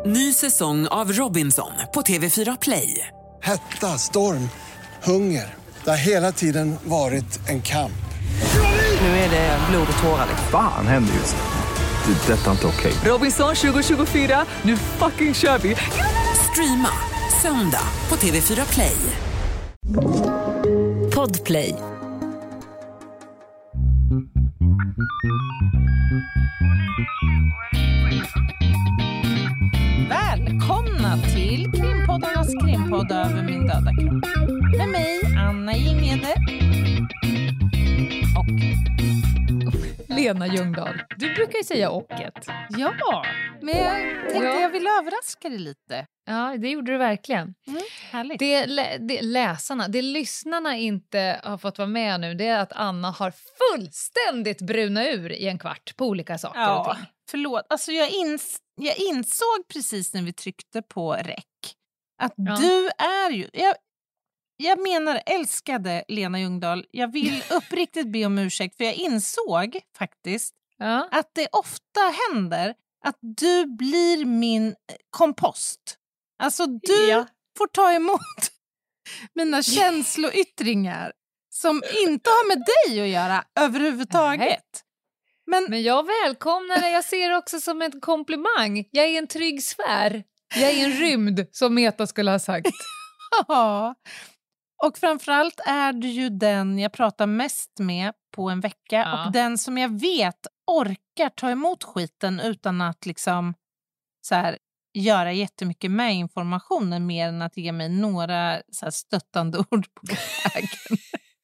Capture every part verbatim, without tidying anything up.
Ny säsong av Robinson på T V fyra Play. Hetta, storm, hunger. Det har hela tiden varit en kamp. Nu är det blod och tårar. Fan händer just nu. Det. Detta är inte okej. Robinson tjugo tjugofyra, nu fucking kör vi. Streama söndag på T V fyra Play. Podplay. Välkomna till Krimpoddarnas krimpodd över min döda kropp. Med mig, Anna Jinghede. Och Lena Ljungdahl. Du brukar ju säga ocket. ja, men jag tänkte Ja. jag vill överraska dig lite. Ja, det gjorde du verkligen. Mm, härligt. Det, lä- det läsarna, det lyssnarna inte har fått vara med nu, det är att Anna har fullständigt bruna ur i en kvart på olika saker och Ja, ting. förlåt. Alltså jag, ins- jag insåg precis när vi tryckte på räck att Ja. du är ju... Jag, jag menar älskade Lena Ljungdahl. Jag vill uppriktigt be om ursäkt för jag insåg faktiskt Ja. att det ofta händer att du blir min kompost. Alltså du Ja. får ta emot mina känsloyttringar som inte har med dig att göra överhuvudtaget. Men, Men jag välkomnar det, jag ser det också som en komplimang. Jag är i en trygg sfär. Jag är i en rymd, som Meta skulle ha sagt. ja. Och framförallt är du ju den jag pratar mest med på en vecka Ja. och den som jag vet orkar ta emot skiten utan att liksom så här, göra jättemycket med informationen mer än att ge mig några så här, stöttande ord på vägen.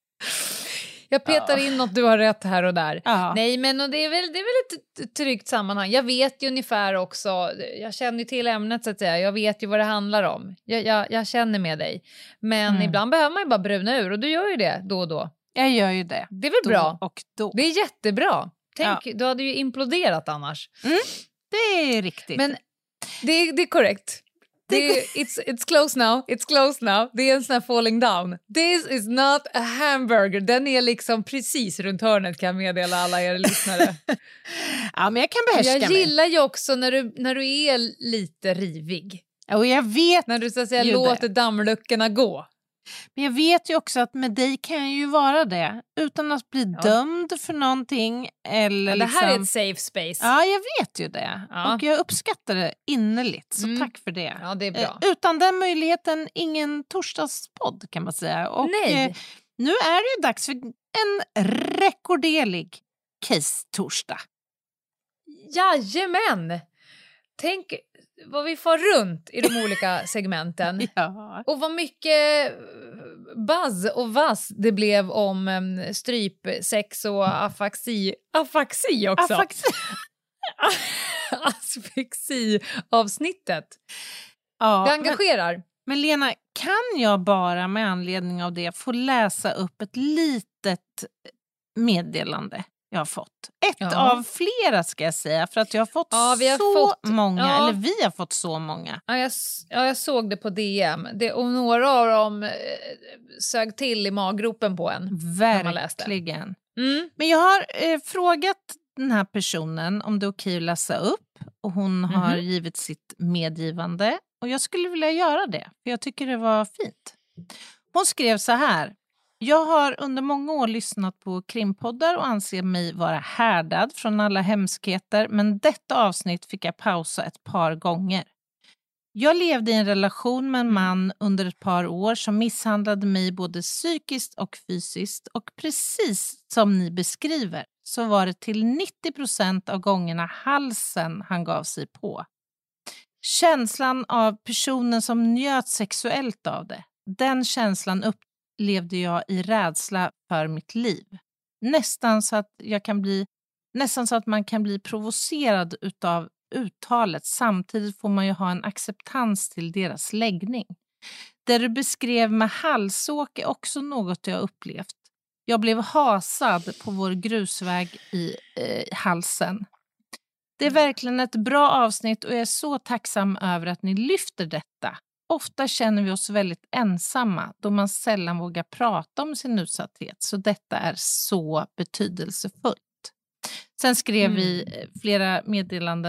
Jag petar in något, du har rätt här och där. Ja. Nej, men och det är väl, det är väl ett t- tryggt sammanhang. Jag vet ju ungefär också, jag känner ju till ämnet så att säga. Jag vet ju vad det handlar om. Jag, jag, jag känner med dig. Men Mm. ibland behöver man ju bara bruna ur och du gör ju det då och då. Jag gör ju det. Det är väl Då bra? och då. Det är jättebra. Tänk, du hade ju imploderat annars. Det är riktigt. Men det är, det är korrekt. Det är, it's, it's close now, it's close now. Det är en sån här falling down. This is not a hamburger. Den är liksom precis runt hörnet, kan jag meddela alla er lyssnare. ja, men jag kan behärska Jag mig. gillar ju också när du, när du är lite rivig. Och jag vet, När du så att säga ju låter det. dammluckorna gå. men jag vet ju också att med dig kan jag ju vara det utan att bli Ja. dömd för någonting eller Ja, det här är liksom... ett safe space. Ja, jag vet ju det. Ja. Och jag uppskattar det innerligt, så Mm. tack för det. Ja, det är bra. Eh, utan den möjligheten, ingen torsdagspodd kan man säga. Och Nej. eh, nu är det ju dags för en rekorderlig case-torsdag. Jajamän! Tänk vad vi får runt i de olika segmenten. Ja. Och vad mycket buzz och vass det blev om um, stryp, sex och afaxi. Afaxi också. Afaxi. Asfixi-avsnittet. Ja, Det men, engagerar. men Lena, kan jag bara med anledning av det få läsa upp ett litet meddelande jag har fått? Ett Ja. av flera ska jag säga, för att jag har fått Ja, vi har så fått- många, ja. eller vi har fått så många. Ja, jag, s- ja, jag såg det på D M. Det, och några av dem eh, sög till i maggropen på en. när man läste. Verkligen. Mm. Men jag har eh, frågat den här personen om det är okej att läsa upp och hon har Mhm. givit sitt medgivande och jag skulle vilja göra det för jag tycker det var fint. Hon skrev så här: jag har under många år lyssnat på krimpoddar och anser mig vara härdad från alla hemskheter, men detta avsnitt fick jag pausa ett par gånger. Jag levde i en relation med en man under ett par år som misshandlade mig både psykiskt och fysiskt, och precis som ni beskriver så var det till nittio procent av gångerna halsen han gav sig på. Känslan av personen som njöt sexuellt av det, den känslan upplevde jag i rädsla för mitt liv. Nästan så att jag kan bli, nästan så att man kan bli provocerad utav uttalet. Samtidigt får man ju ha en acceptans till deras läggning. Det du beskrev med halsåk är också något jag upplevt. Jag blev hasad på vår grusväg i eh, halsen. Det är verkligen ett bra avsnitt och jag är så tacksam över att ni lyfter detta. Ofta känner vi oss väldigt ensamma då man sällan vågar prata om sin utsatthet, så detta är så betydelsefullt. Sen skrev Mm. vi flera meddelanden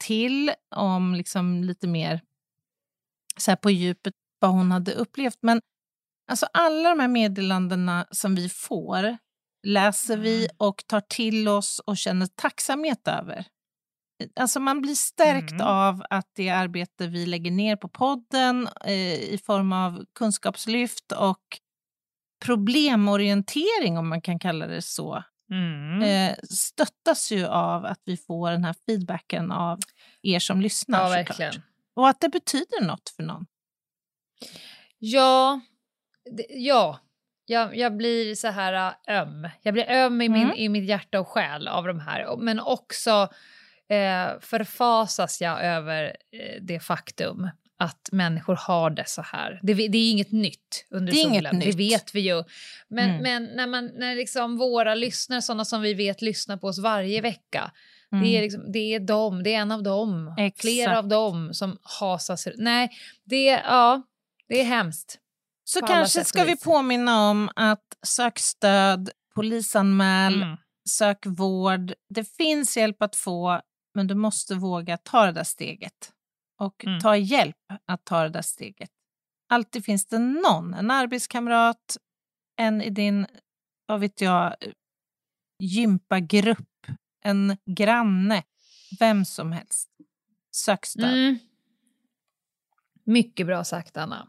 till om liksom lite mer så här på djupet vad hon hade upplevt. Men alltså alla de här meddelandena som vi får läser vi och tar till oss och känner tacksamhet över. Alltså man blir stärkt mm. av att det arbete vi lägger ner på podden eh, i form av kunskapslyft och problemorientering, om man kan kalla det så, mm. eh, stöttas ju av att vi får den här feedbacken av er som lyssnar. Ja, verkligen. Och att det betyder något för någon. Ja, det, ja. Jag, jag blir så här öm. Jag blir öm i, min, mm. i mitt hjärta och själ av de här. Men också eh, förfasas jag över eh, det faktum att människor har det så här. Det, det är inget nytt under det är solen. Inget nytt. Det vet vi ju. Men, mm. men när, man, när liksom våra lyssnare, sådana som vi vet lyssnar på oss varje vecka. Mm. Det, är liksom, det är dem, det är en av dem. Exakt. Flera av dem som hasas. Nej, det, ja, det är hemskt. Så kanske ska vi påminna om att sök stöd, polisanmäl, mm. sök vård. Det finns hjälp att få, men du måste våga ta det där steget. Och mm. ta hjälp att ta det där steget. Alltid finns det någon, en arbetskamrat, en i din, vad vet jag, gympagrupp, en granne, vem som helst. Sök stöd. Mm. Mycket bra sagt, Anna.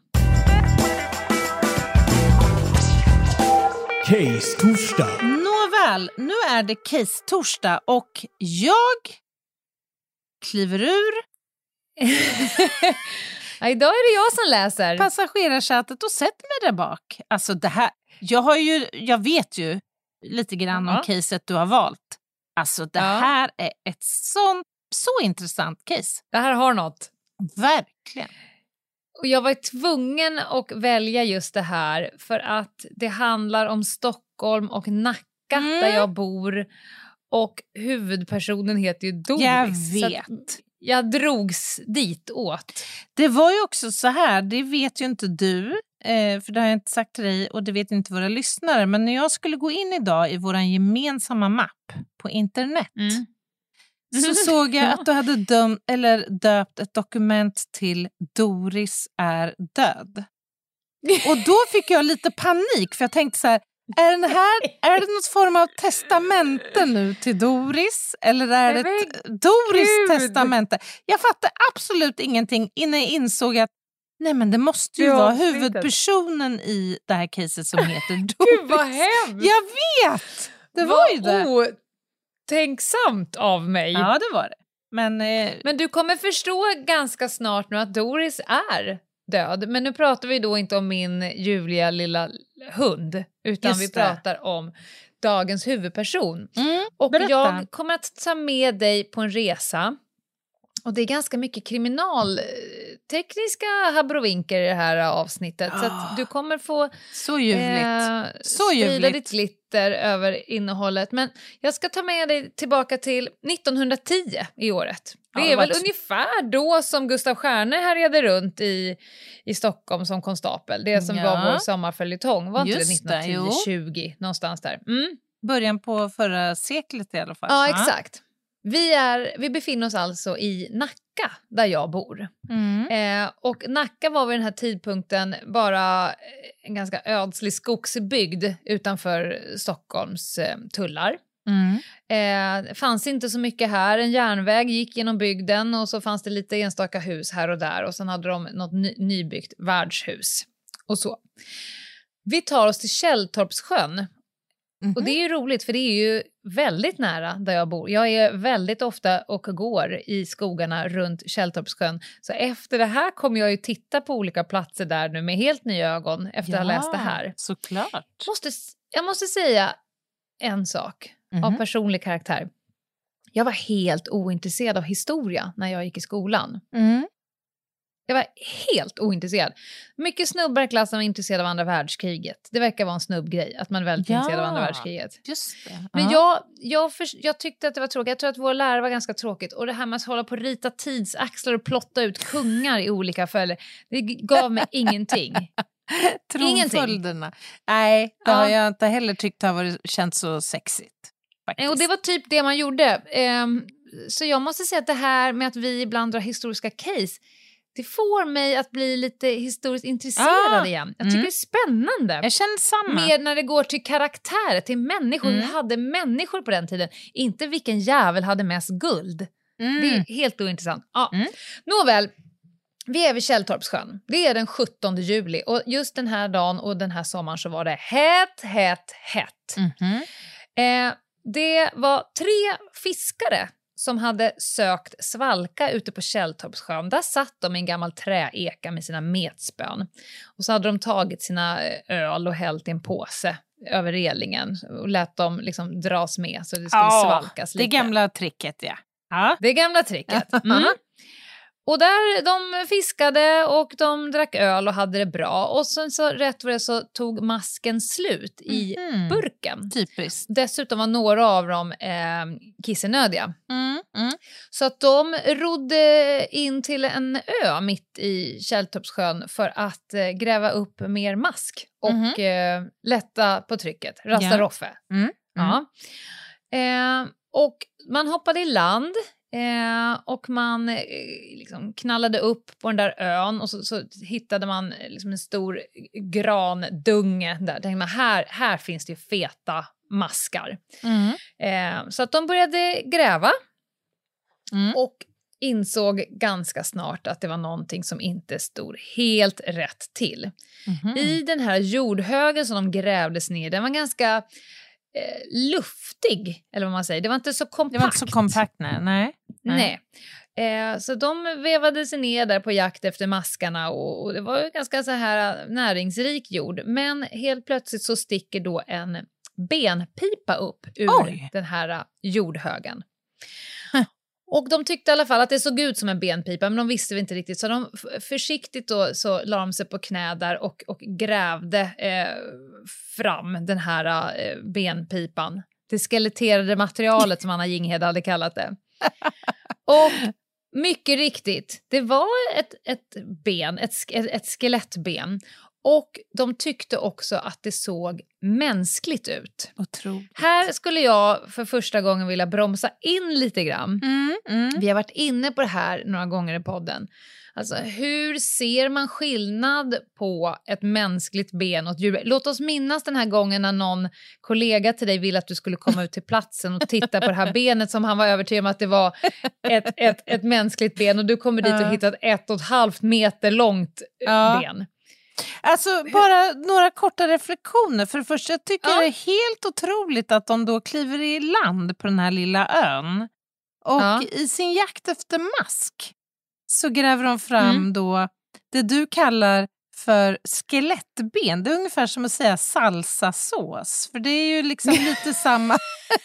Case-torsdag. Nåväl, nu är det case-torsdag och jag kliver ur. Ja, idag är det jag som läser. Passagerarsätet och sätter mig där bak. Alltså det här, jag har ju, jag vet ju lite grann ja. om caset du har valt. Alltså det ja. här är ett sånt, så intressant case. Det här har något. Verkligen. Och jag var tvungen att välja just det här för att det handlar om Stockholm och Nacka mm. där jag bor. Och huvudpersonen heter ju Doris. Jag vet. Jag drogs dit åt. Det var ju också så här, det vet ju inte du, eh, för det har jag inte sagt till dig och det vet inte våra lyssnare. Men när jag skulle gå in idag i vår gemensamma mapp på internet mm. så såg jag att du hade döm, eller döpt ett dokument till Doris är död. Och då fick jag lite panik för jag tänkte så här, är, den här, är det något form av testamente nu till Doris? Eller är det ett Doris Gud. testamente? Jag fattade absolut ingenting innan jag insåg att nej men det måste ju vara huvudpersonen inte. I det här caset som heter Doris. Gud vad hemskt! Jag vet! Det var, var ju det. Otänksamt av mig. Ja det var det. Men, eh... men du kommer förstå ganska snart nu att Doris är död. Men nu pratar vi då inte om min ljuvliga lilla hund. Utan Just vi pratar det. Om dagens huvudperson. Mm, och berätta. Jag kommer att ta med dig på en resa. Och det är ganska mycket kriminaltekniska habrovinker i det här avsnittet. Oh. Så att du kommer få så ljuvligt. Eh, så sprida ljuvligt. Ditt glitter över innehållet. Men jag ska ta med dig tillbaka till nittonhundratio i året. Det ja, är väl ungefär då som Gustav Stjärne härjade runt i, i Stockholm som konstapel. Det som ja. var vår sommarföljetong. Var inte Just det nittonhundratio tjugo någonstans där? Mm. Början på förra seklet i alla fall. Ja, exakt. Vi, är, vi befinner oss alltså i Nacka där jag bor. Mm. Eh, och Nacka var vid den här tidpunkten bara en ganska ödslig skogsbygd utanför Stockholms eh, tullar. Mm. Eh, det fanns inte så mycket här. En järnväg gick genom bygden och så fanns det lite enstaka hus här och där. Och sen hade de något ny- nybyggt värdshus. Och så. Vi tar oss till Källtorpssjön. Mm-hmm. Och det är ju roligt för det är ju väldigt nära där jag bor. Jag är väldigt ofta och går i skogarna runt Källtorpssjön. Så efter det här kommer jag ju titta på olika platser där nu med helt nya ögon efter ja, att ha läst det här. Såklart. Måste, jag måste säga en sak mm-hmm. av personlig karaktär. Jag var helt ointresserad av historia när jag gick i skolan. Mm. Jag var helt ointresserad. Mycket snubbar i klassen var intresserade av andra världskriget. Det verkar vara en snubbgrej att man är väldigt ja, intresserad av andra världskriget. Just det. Men jag, jag, för, jag tyckte att det var tråkigt. Jag tror att vår lärare var ganska tråkigt. Och det här med att hålla på att rita tidsaxlar och plotta ut kungar i olika följder. Det gav mig ingenting. Tronföljderna. Nej, det ja. har jag inte heller tyckt har varit, känts så sexigt. Faktiskt. Och det var typ det man gjorde. Um, så jag måste säga att det här med att vi ibland drar historiska case, det får mig att bli lite historiskt intresserad ah, igen. Jag tycker mm. det är spännande. Jag känner samma. Mer när det går till karaktärer, till människor. Mm. Hur hade människor på den tiden? Inte vilken jävel hade mest guld. Mm. Det är helt ointressant. Ja. Mm. Nåväl, vi är vid Källtorpssjön. Det är den sjuttonde juli. Och just den här dagen och den här sommaren så var det hett, hett, hett. Mm. Eh, det var tre fiskare som hade sökt svalka ute på Källtorpssjön. Där satt de i en gammal träeka med sina metspön. Och så hade de tagit sina öl och hällt i en påse över relingen och lät dem liksom dras med så det skulle oh, svalkas lite. Det gamla tricket, ja. ja. Det gamla tricket. Mm. Och där de fiskade och de drack öl och hade det bra. Och sen så rätt vad det så tog masken slut i mm. burken. Typiskt. Dessutom var några av dem eh, kissenödiga. Mm. Mm. Så att de rodde in till en ö mitt i Källtorpssjön för att eh, gräva upp mer mask. Och mm. eh, lätta på trycket. Rasta yeah. Roffe. Mm. Mm. Ja. Eh, och man hoppade i land. Eh, och man eh, liksom knallade upp på den där ön och så, så hittade man eh, liksom en stor grandunge där. Tänkte man, här, här finns det feta maskar. Mm. Eh, så att de började gräva mm. och insåg ganska snart att det var någonting som inte stod helt rätt till. Mm. I den här jordhögen som de grävdes ner, den var ganska... Eh, luftig, eller vad man säger. Det var inte så kompakt. Det var inte så kompakt, nej. Nej. nej. Eh, så de vevade sig ner där på jakt efter maskarna och, och det var ju ganska så här näringsrik jord. Men helt plötsligt så sticker då en benpipa upp ur Oj. den här jordhögen. Och de tyckte i alla fall att det såg ut som en benpipa, men de visste inte riktigt. Så de försiktigt då så la de sig på knä där och, och grävde eh, fram den här eh, benpipan. Det skeletterade materialet som Anna Jinghede hade kallat det. Och mycket riktigt, det var ett, ett ben, ett, ett skelettben. Och de tyckte också att det såg mänskligt ut. Otroligt. Här skulle jag för första gången vilja bromsa in lite grann. Mm, mm. Vi har varit inne på det här några gånger i podden. Alltså, hur ser man skillnad på ett mänskligt ben och ett djur? Låt oss minnas den här gången när någon kollega till dig ville att du skulle komma ut till platsen och titta på det här benet som han var övertygad om att det var ett, ett, ett mänskligt ben. Och du kommer dit och hittar ett ett och ett halvt meter långt ja. ben. Alltså bara några korta reflektioner. För det första, jag tycker ja. det är helt otroligt att de då kliver i land på den här lilla ön. Och ja. i sin jakt efter mask så gräver de fram mm. då det du kallar för skelettben. Det är ungefär som att säga salsasås. För det är ju liksom lite samma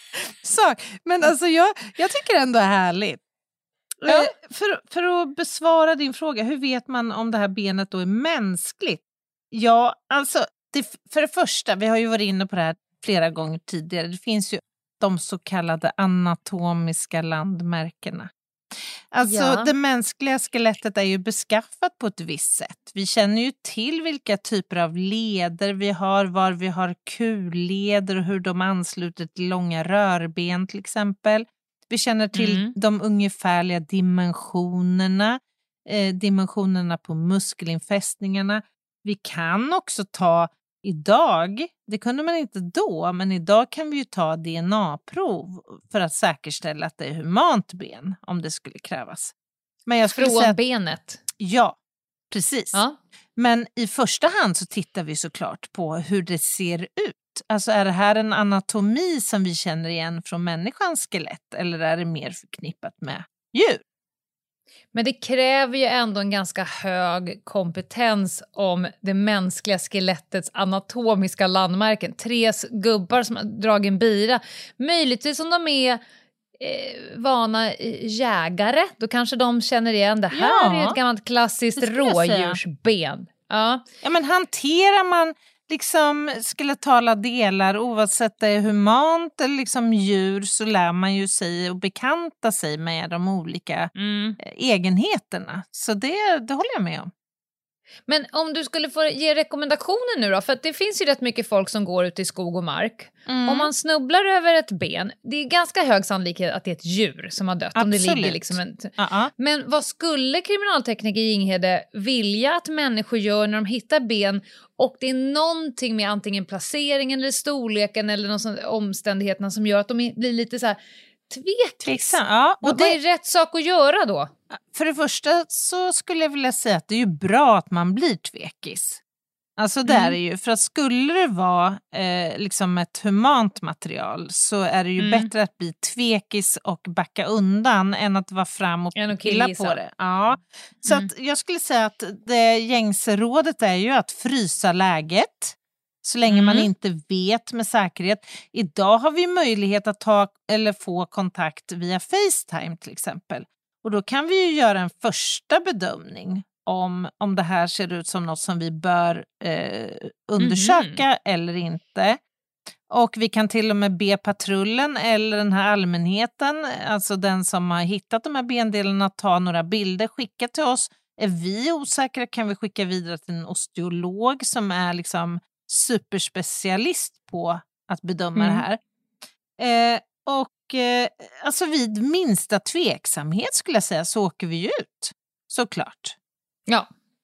sak. Men alltså jag, jag tycker ändå är härligt. Ja. För, för att besvara din fråga, hur vet man om det här benet då är mänskligt? Ja, alltså, det, för det första, vi har ju varit inne på det här flera gånger tidigare. Det finns ju de så kallade anatomiska landmärkena. Alltså, ja. det mänskliga skelettet är ju beskaffat på ett visst sätt. Vi känner ju till vilka typer av leder vi har, var vi har kulleder och hur de ansluter till långa rörben till exempel. Vi känner till mm. de ungefärliga dimensionerna, eh, dimensionerna på muskelinfästningarna. Vi kan också ta idag, det kunde man inte då, men idag kan vi ju ta D N A-prov för att säkerställa att det är humant ben, om det skulle krävas. Men jag skulle Från säga att, benet? Ja, precis. Ja. Men i första hand så tittar vi såklart på hur det ser ut. Alltså är det här en anatomi som vi känner igen från människans skelett eller är det mer förknippat med djur? Men det kräver ju ändå en ganska hög kompetens om det mänskliga skelettets anatomiska landmärken. Tre gubbar som har dragit en bira. Möjligtvis som de är eh, vana jägare. Då kanske de känner igen det här ja, är ett gammalt klassiskt rådjursben. Ja. ja, men hanterar man liksom skeletala delar oavsett det är humant eller liksom djur så lär man ju sig och bekanta sig med de olika mm. egenheterna. Så det, det håller jag med om. Men om du skulle få ge rekommendationer nu då, för att det finns ju rätt mycket folk som går ut i skog och mark. Mm. Om man snubblar över ett ben, det är ganska hög sannolikhet att det är ett djur som har dött. Om det ligger liksom en... uh-uh. Men vad skulle kriminaltekniker i Ginghede vilja att människor gör när de hittar ben och det är någonting med antingen placeringen eller storleken eller någon sån omständigheterna som gör att de blir lite så här tvekis. Ja, och det är rätt sak att göra då. För det första så skulle jag vilja säga att det är ju bra att man blir tvekis. Alltså där mm. är ju, för att skulle det vara eh, liksom ett humant material så är det ju mm. bättre att bli tvekis och backa undan än att vara fram och pilla på det. Ja. Så mm. att jag skulle säga att det gängse rådet är ju att frysa läget så länge mm. man inte vet med säkerhet. Idag har vi möjlighet att ta eller få kontakt via FaceTime till exempel. Och då kan vi ju göra en första bedömning om, om det här ser ut som något som vi bör eh, undersöka mm. eller inte. Och vi kan till och med be patrullen eller den här allmänheten, alltså den som har hittat de här bendelarna, att ta några bilder, skicka till oss. Är vi osäkra kan vi skicka vidare till en osteolog som är liksom superspecialist på att bedöma mm. det här. Eh, och eh, alltså vid minsta tveksamhet skulle jag säga så åker vi ut. Såklart. Ja.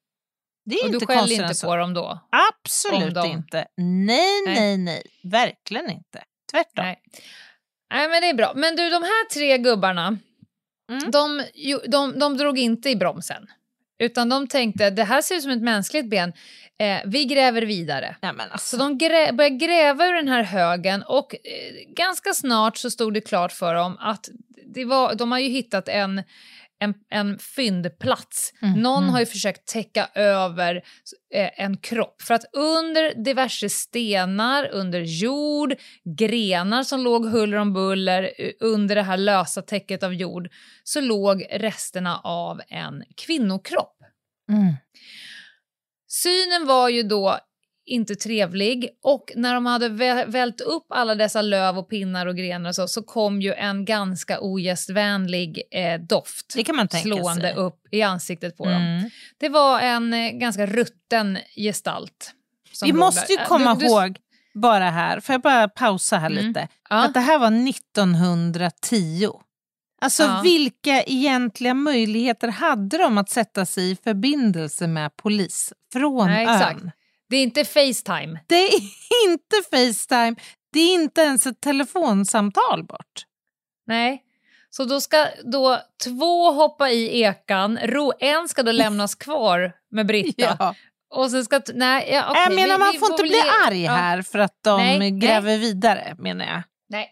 Det är och inte du skäller inte alltså. På dem då? Absolut inte. Nej, nej, nej, nej. Verkligen inte. Tvärtom. Nej. nej, men det är bra. Men du, de här tre gubbarna, mm. de, de, de drog inte i bromsen. Utan de tänkte, det här ser ut som ett mänskligt ben. Eh, vi gräver vidare. Ja, men alltså. Så de grä- började gräva ur den här högen. Och eh, ganska snart så stod det klart för dem att det var, de har ju hittat en... En, en fyndplats. Mm, Någon mm. har ju försökt täcka över eh, en kropp. För att under diverse stenar, under jord, grenar som låg huller om buller under det här lösa täcket av jord, så låg resterna av en kvinnokropp. Mm. Synen var ju då inte trevlig, och när de hade vä- vält upp alla dessa löv och pinnar och grenar och så, så kom ju en ganska ogästvänlig eh, doft. Det kan man tänka slående sig. upp i ansiktet på mm. dem. Det var en eh, ganska rutten gestalt. Vi måste ju där. komma du, du... ihåg bara här, får jag bara pausa här mm. lite, ja. att det här var nittonhundratio. Alltså ja. vilka egentliga möjligheter hade de att sätta sig i förbindelse med polis från Nej, exakt. ön? Det är inte FaceTime. Det är inte FaceTime. Det är inte ens ett telefonsamtal bort. Nej. Så då ska då två hoppa i ekan. Ro, en ska då lämnas kvar med Britta. Ja. Och så ska... Nej, ja, okay. Jag menar, vi, man vi får inte bli bli arg ja. här för att de nej, gräver nej. vidare, menar jag. Nej.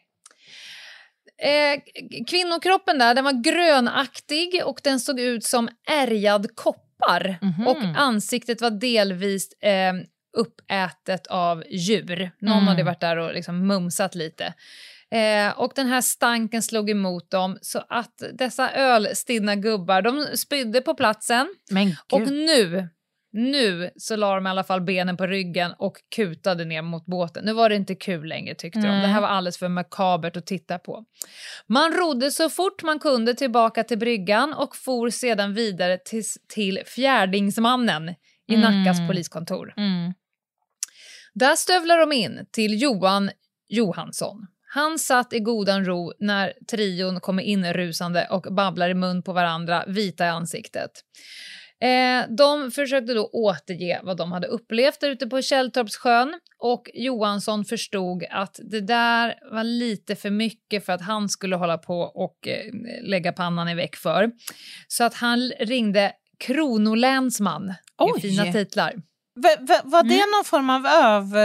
Eh, kvinnokroppen där, den var grönaktig och den såg ut som ärgad koppar. Mm-hmm. Och ansiktet var delvis eh, uppätet av djur. Någon mm. hade varit där och liksom mumsat lite. Eh, och den här stanken slog emot dem så att dessa ölstinna gubbar, de spydde på platsen. Men Gud. Och nu... Nu så la de i alla fall benen på ryggen och kutade ner mot båten. Nu var det inte kul längre, tyckte mm. de. Det här var alldeles för makabert att titta på. Man rodde så fort man kunde tillbaka till bryggan och for sedan vidare till, till Fjärdingsmannen i mm. Nackas poliskontor. Mm. Där stövlar de in till Johan Johansson. Han satt i godan ro när trion kommer in rusande och babblar i mun på varandra, vita i ansiktet. Eh, de försökte då återge vad de hade upplevt där ute på Källtorpssjön, och Johansson förstod att det där var lite för mycket för att han skulle hålla på och eh, lägga pannan i väck för. Så att han ringde Kronolänsman. Oj. I fina titlar. V- v- var det Mm. någon form av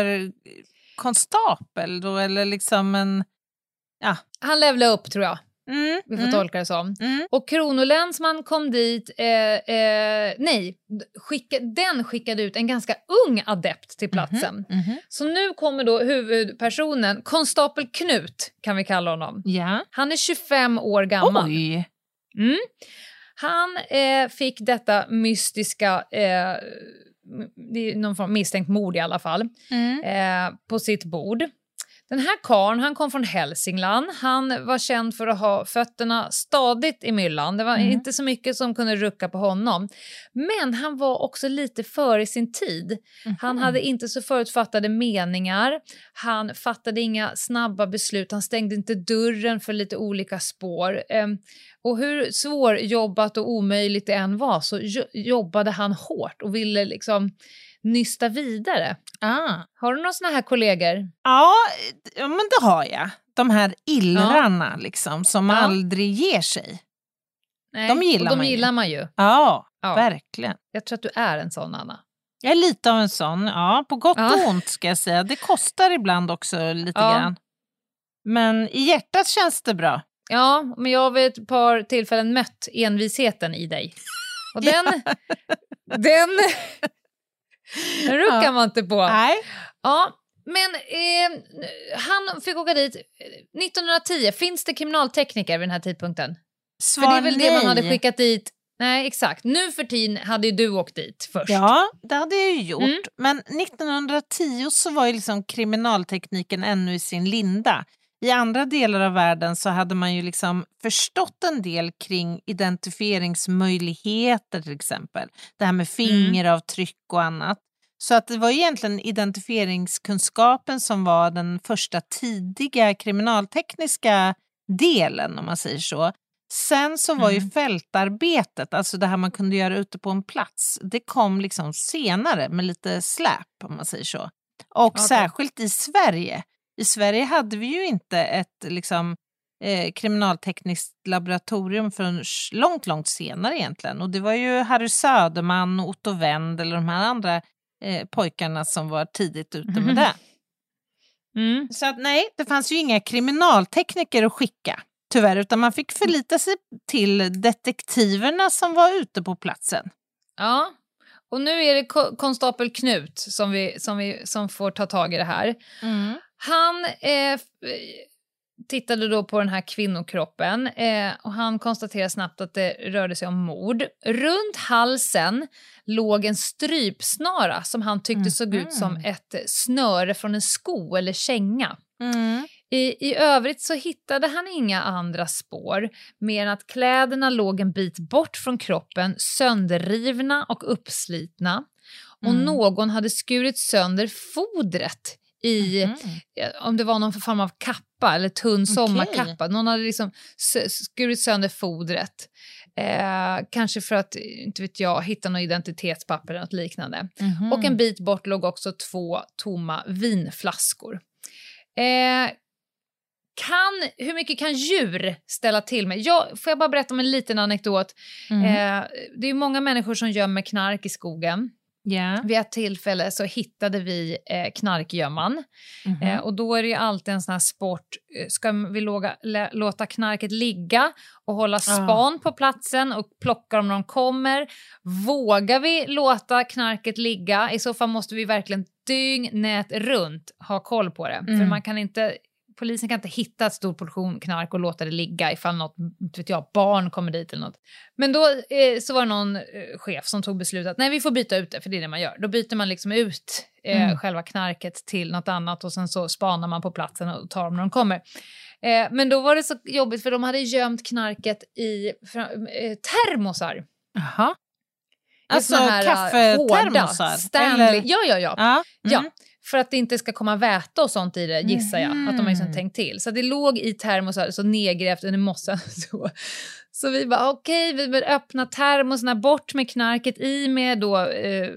överkonstapel då, eller liksom en... Ja. Han levlade upp, tror jag. Mm, Vi får mm, tolka det som. Mm. Och Kronolänsman kom dit, eh, eh, nej, skicka, den skickade ut en ganska ung adept till platsen. Mm-hmm, mm-hmm. Så nu kommer då huvudpersonen, konstapel Knut kan vi kalla honom. Ja. Han är tjugofem år gammal. Oj! Mm. Han eh, fick detta mystiska, eh, det är någon form av misstänkt mord i alla fall, Mm. eh, på sitt bord. Den här karln, han kom från Hälsingland. Han var känd för att ha fötterna stadigt i myllan. Det var mm. inte så mycket som kunde rucka på honom. Men han var också lite före sin tid. Mm. Han hade inte så förutfattade meningar. Han fattade inga snabba beslut. Han stängde inte dörren för lite olika spår. Um, och hur svårjobbat och omöjligt det än var så jo- jobbade han hårt och ville liksom nysta vidare. Ah. Har du några såna här kollegor? Ja, men det har jag. De här illrarna ja. liksom, som ja. aldrig ger sig. Nej, de gillar, och de man, gillar ju. man ju. Ja, ja, verkligen. Jag tror att du är en sån, Anna. Jag är lite av en sån, ja. På gott ja. och ont ska jag säga. Det kostar ibland också lite ja. grann. Men i hjärtat känns det bra. Ja, men jag har vid ett par tillfällen mött envisheten i dig. Och den... den... Den ruckar ja. man inte på. Nej. Ja, men eh, han fick åka dit nittonhundratio. Finns det kriminaltekniker vid den här tidpunkten? Svar För det är väl nej. det man hade skickat dit. Nej, exakt. Nu för tiden hade ju du åkt dit först. Ja, det hade jag ju gjort. Mm. Men nittonhundratio så var ju liksom kriminaltekniken ännu i sin linda. I andra delar av världen så hade man ju liksom förstått en del kring identifieringsmöjligheter till exempel. Det här med fingeravtryck och annat. Så att det var egentligen identifieringskunskapen som var den första tidiga kriminaltekniska delen om man säger så. Sen så var mm. ju fältarbetet, alltså det här man kunde göra ute på en plats, det kom liksom senare med lite släp om man säger så. Och okay. särskilt i Sverige. I Sverige hade vi ju inte ett liksom, eh, kriminaltekniskt laboratorium förrän långt, långt senare egentligen. Och det var ju Harry Söderman och Otto Wend eller de här andra eh, pojkarna som var tidigt ute med mm. det. Mm. Så att nej, det fanns ju inga kriminaltekniker att skicka, tyvärr. Utan man fick förlita sig till detektiverna som var ute på platsen. Ja, och nu är det konstapel Knut som, vi, som, vi, som får ta tag i det här. Mm. Han eh, tittade då på den här kvinnokroppen eh, och han konstaterade snabbt att det rörde sig om mord. Runt halsen låg en strypsnara som han tyckte mm. såg ut som ett snöre från en sko eller känga. Mm. I, I övrigt så hittade han inga andra spår mer än att kläderna låg en bit bort från kroppen, sönderrivna och uppslitna. Och Mm. någon hade skurit sönder fodret i, mm. om det var någon form av kappa eller tunn sommarkappa. Okay. Någon hade liksom skurit sönder fodret. Eh, kanske för att, inte vet jag, hitta någon identitetspapper eller något liknande. Mm. Och en bit bort låg också två tomma vinflaskor. Eh, kan, hur mycket kan djur ställa till med? Jag, får jag bara berätta om en liten anekdot? Mm. Eh, det är många människor som gömmer knark i skogen. Yeah. Vid ett tillfälle så hittade vi eh, knarkgömman. Mm-hmm. Eh, och då är det ju alltid en sån här sport. Ska vi låga, lä, låta knarket ligga och hålla span oh. på platsen och plocka om de kommer? Vågar vi låta knarket ligga? I så fall måste vi verkligen dygnet runt ha koll på det. Mm. För man kan inte... Polisen kan inte hitta ett stor portion knark och låta det ligga ifall något, vet jag, barn kommer dit eller något. Men då eh, så var det någon eh, chef som tog beslutet att nej, vi får byta ut det, för det är det man gör. Då byter man liksom ut eh, mm. själva knarket till något annat och sen så spanar man på platsen och tar dem när de kommer. Eh, men då var det så jobbigt för de hade gömt knarket i för, eh, termosar. Jaha. Alltså kaffetermosar? Stanley. Ja, ja, ja. Ah. Mm. Ja. För att det inte ska komma väta och sånt i det, gissar jag. Mm. Att de har liksom tänkt till. Så det låg i termosar, så nedgrävt under mossan. Så, så vi bara, okej, okay, vi vill öppna termosarna, bort med knarket, i med då eh,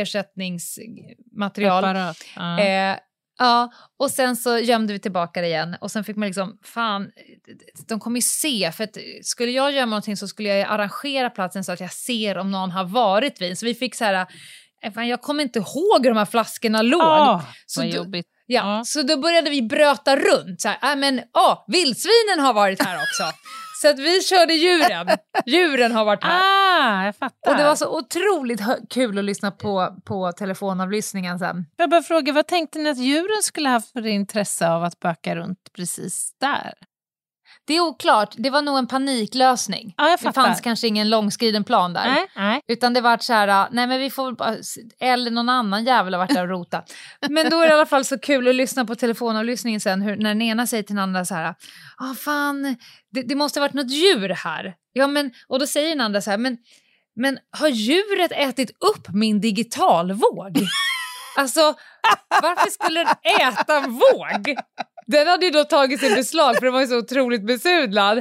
ersättningsmaterial. Ja. Eh, ja, och sen så gömde vi tillbaka det igen. Och sen fick man liksom, fan, de kommer ju se. För att skulle jag göra någonting så skulle jag arrangera platsen så att jag ser om någon har varit vid. Så vi fick så här... Jag kommer inte ihåg hur de här flaskorna låg. Oh, så, vad då, jobbigt. Ja, ja. Så då började vi bröta runt. Så här, äh, men, åh, vildsvinen har varit här också. Så att vi körde djuren. Djuren har varit här. Ah, jag fattar. Och det var så otroligt kul att lyssna på, på telefonavlyssningen sen. Jag bara fråga, vad tänkte ni att djuren skulle ha för intresse av att böka runt precis där? Det är oklart, det var nog en paniklösning. Ja, jag det fattar. fanns kanske ingen långskriden plan där. Nej, nej. Utan det var så här, nej men vi får bara, eller någon annan jävel har varit där och rota. Men då är det i alla fall så kul att lyssna på telefonavlyssningen sen, hur, när den ena säger till den andra så här, ah fan, det, det måste ha varit något djur här. Ja men, och då säger den andra så här, men, men har djuret ätit upp min digitalvåg? Alltså, varför skulle den äta en våg? Den hade ju då tagit sig beslag för den var ju så otroligt besudlad.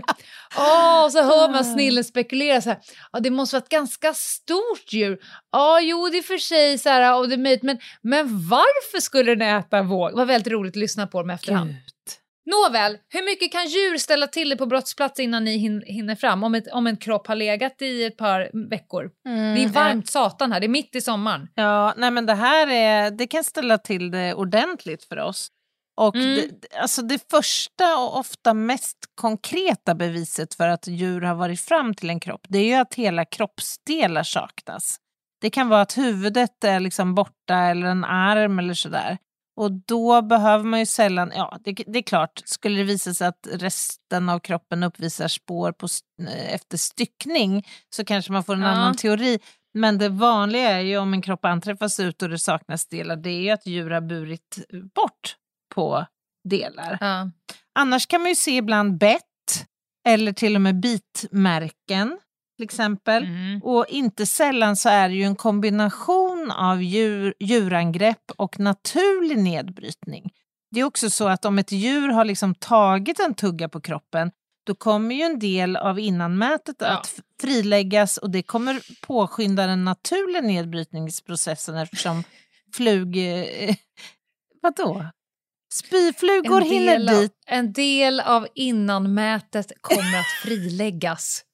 Åh, så hör man snillen spekulera så här. Ja, det måste vara ett ganska stort djur. Ja, jo, det är för sig så här, och det är möjligt, men, men varför skulle den äta en våg? Det var väldigt roligt att lyssna på dem efterhand. Gud. Nåväl, hur mycket kan djur ställa till det på brottsplats innan ni hin- hinner fram? Om, ett, om en kropp har legat i ett par veckor. Mm, det är varmt satan här, det är mitt i sommaren. Ja, nej men det här är, det kan ställa till det ordentligt för oss. Och Mm. det, alltså det första och ofta mest konkreta beviset för att djur har varit fram till en kropp, det är ju att hela kroppsdelar saknas. Det kan vara att huvudet är liksom borta eller en arm eller sådär. Och då behöver man ju sällan, ja det, det är klart, skulle det visa sig att resten av kroppen uppvisar spår på, efter styckning så kanske man får en Ja. annan teori. Men det vanliga är ju om en kropp anträffas ut och det saknas delar, det är ju att djur har burit bort på delar. Ja. Annars kan man ju se ibland bett eller till och med bitmärken till exempel. Mm. Och inte sällan så är det ju en kombination av djur, djurangrepp och naturlig nedbrytning. Det är också så att om ett djur har liksom tagit en tugga på kroppen, då kommer ju en del av innanmätet Ja. att f- friläggas och det kommer påskynda den naturliga nedbrytningsprocessen eftersom flug... Eh, vadå? Spyflugor En hinner del, av, dit. en del av innanmätet kommer att friläggas.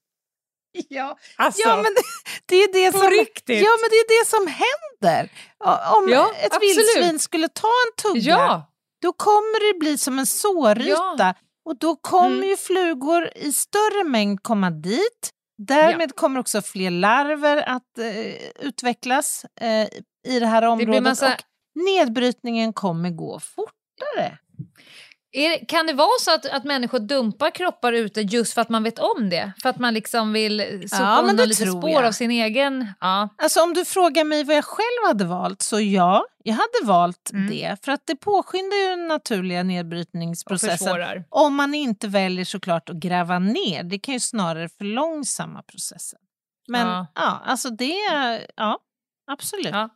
Ja, Alltså, ja men det, det är det på som riktigt. Ja, men det är det som händer. Ja, om Ja, ett absolut. vildsvin skulle ta en tugga, Ja, då kommer det bli som en såryta. Ja. Och då kommer Mm. ju flugor i större mängd komma dit. Därmed kommer också fler larver att eh, utvecklas eh, i det här området. massa- Och nedbrytningen kommer gå fortare. är, kan det vara så att, att människor dumpar kroppar ute just för att man vet om det? För att man liksom vill sopa Ja, men undan det lite tror spår jag. av sin egen... Ja. Alltså om du frågar mig vad jag själv hade valt, så ja, jag hade valt Mm. det. För att det påskyndar ju den naturliga Och nedbrytningsprocessen. försvårar. Om man inte väljer såklart att gräva ner. Det kan ju snarare förlångsamma processen. Men Ja. ja, alltså det är, ja, absolut. Ja.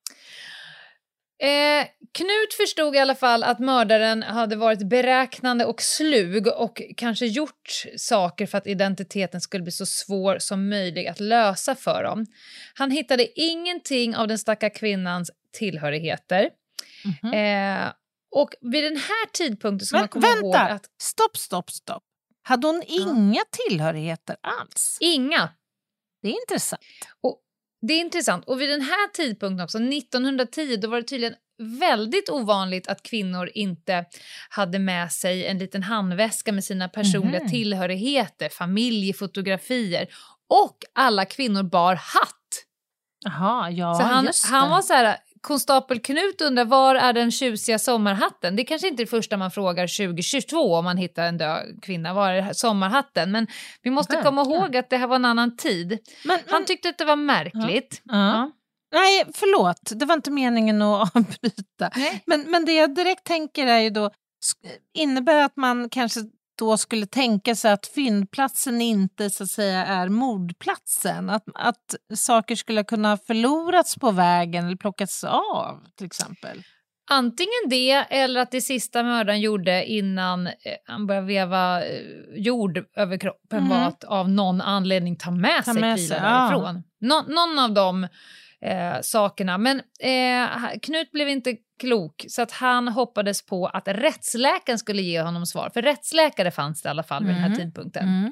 Eh, Knut förstod i alla fall att mördaren hade varit beräknande och slug och kanske gjort saker för att identiteten skulle bli så svår som möjligt att lösa för dem. Han hittade ingenting av den stackars kvinnans tillhörigheter. Mhm. Eh, och vid den här tidpunkten ska man Men komma ihåg vänta, att stopp, stopp, stopp. Hade hon inga tillhörigheter alls? inga. Det är intressant. Och det är intressant. Och vid den här tidpunkten också, nittonhundratio, då var det tydligen väldigt ovanligt att kvinnor inte hade med sig en liten handväska med sina personliga Mhm. tillhörigheter, familjefotografier, och alla kvinnor bar hatt. Jaha, ja, Så han, just han det. var så här, konstapel Knut undrar, var är den tjusiga sommarhatten? Det är kanske inte det första man frågar tjugohundratjugotvå om man hittar en död kvinna. Var är sommarhatten? Men vi måste komma Verkligen. ihåg att det här var en annan tid. Men, Han men, tyckte att det var märkligt. Ja. Ja. nej, förlåt. Det var inte meningen att avbryta. Nej. Men, men det jag direkt tänker är ju då, sk- innebär att man kanske då skulle tänka sig att fyndplatsen inte så att säga är mordplatsen? Att, att saker skulle kunna ha förlorats på vägen eller plockats av till exempel? Antingen det, eller att det sista mördaren gjorde innan eh, han började veva eh, jord över kroppen Mhm. var att av någon anledning ta med Ta sig med prylar sig, ja. därifrån. Nå- någon av de eh, sakerna. Men eh, Knut blev inte klok, så att han hoppades på att rättsläkaren skulle ge honom svar. För rättsläkare fanns det i alla fall vid den här Mhm. tidpunkten. Mm.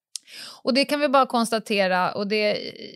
Och det kan vi bara konstatera, och det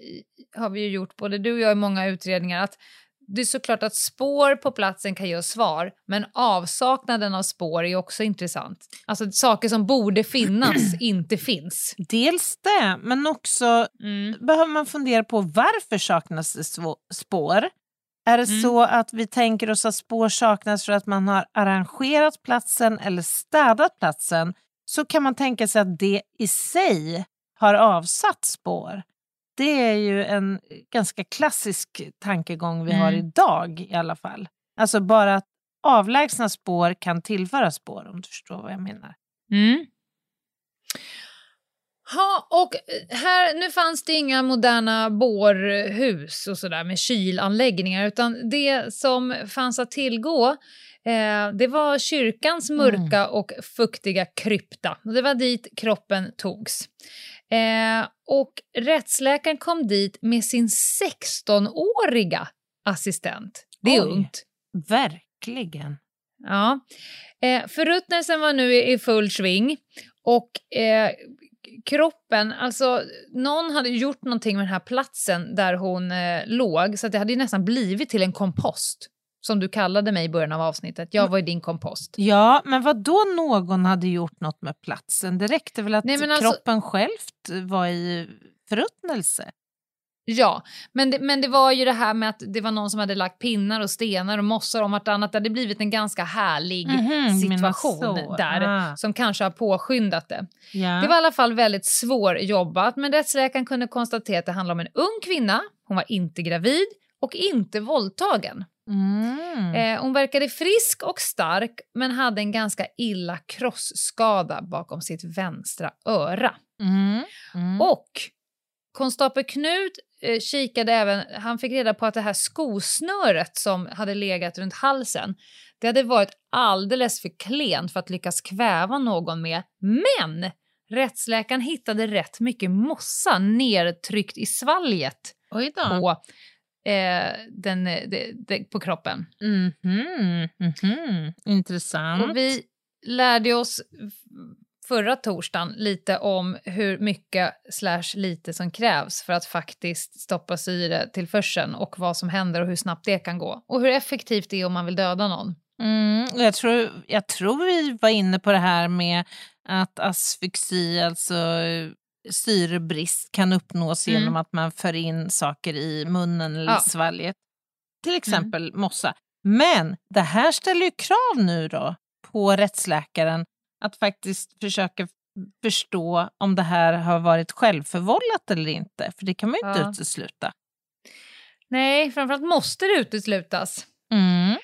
har vi ju gjort både du och jag i många utredningar, att det är såklart att spår på platsen kan ge oss svar, men avsaknaden av spår är också intressant. Alltså saker som borde finnas inte finns. Dels det, men också Mm. behöver man fundera på varför saknas det svå- spår? Är det Mm. så att vi tänker oss att spår saknas för att man har arrangerat platsen eller städat platsen? så kan man tänka sig att det i sig har avsatt spår. Det är ju en ganska klassisk tankegång vi mm. har idag i alla fall. Alltså bara att avlägsna spår kan tillföra spår, om du förstår vad jag menar. Mm. Ja, och här, nu fanns det inga moderna bårhus och sådär med kylanläggningar, utan det som fanns att tillgå eh, det var kyrkans mörka mm. och fuktiga krypta. Och det var dit kroppen togs. Eh, och rättsläkaren kom dit med sin sextonåriga assistent. Det är Oj, ungt. Verkligen. Ja. Eh, förruttnelsen var nu i, i full sving. Och eh, kroppen, alltså någon hade gjort någonting med den här platsen där hon eh, låg, så att det hade ju nästan blivit till en kompost. Som du kallade mig i början av avsnittet. Jag var ju din kompost. Ja, men vad då någon hade gjort något med platsen? Det räckte väl att Nej, men alltså, kroppen själv var i förruttnelse? Ja, men det, men det var ju det här med att det var någon som hade lagt pinnar och stenar och mossar om vartannat. Det hade blivit en ganska härlig mm-hmm, situation där ah. som kanske har påskyndat det. Ja. Det var i alla fall väldigt svårjobbat, men rättsläkaren kunde konstatera att det handlade om en ung kvinna. Hon var inte gravid och inte våldtagen. Mm. Eh, hon verkade frisk och stark, men hade en ganska illa krossskada bakom sitt vänstra öra. Mm. Mm. Och konstapel Knut eh, kikade även, han fick reda på att det här skosnöret som hade legat runt halsen, det hade varit alldeles för klent för att lyckas kväva någon med. Men rättsläkaren hittade rätt mycket mossa nedtryckt i svalget på Eh, den, de, de, på kroppen. Mm-hmm, mm-hmm. Intressant. Och vi lärde oss förra torsdagen lite om hur mycket slash lite som krävs för att faktiskt stoppa syretillförseln och vad som händer och hur snabbt det kan gå. Och hur effektivt det är om man vill döda någon. Mm, jag, tror, jag tror vi var inne på det här med att asfyxi, alltså syrebrist, kan uppnås mm. genom att man för in saker i munnen eller ja. svalget. Till exempel mm. mossa. Men det här ställer ju krav nu då på rättsläkaren att faktiskt försöka förstå om det här har varit självförvållat eller inte. För det kan man ju inte ja. utesluta. Nej, framförallt måste det uteslutas. Mm.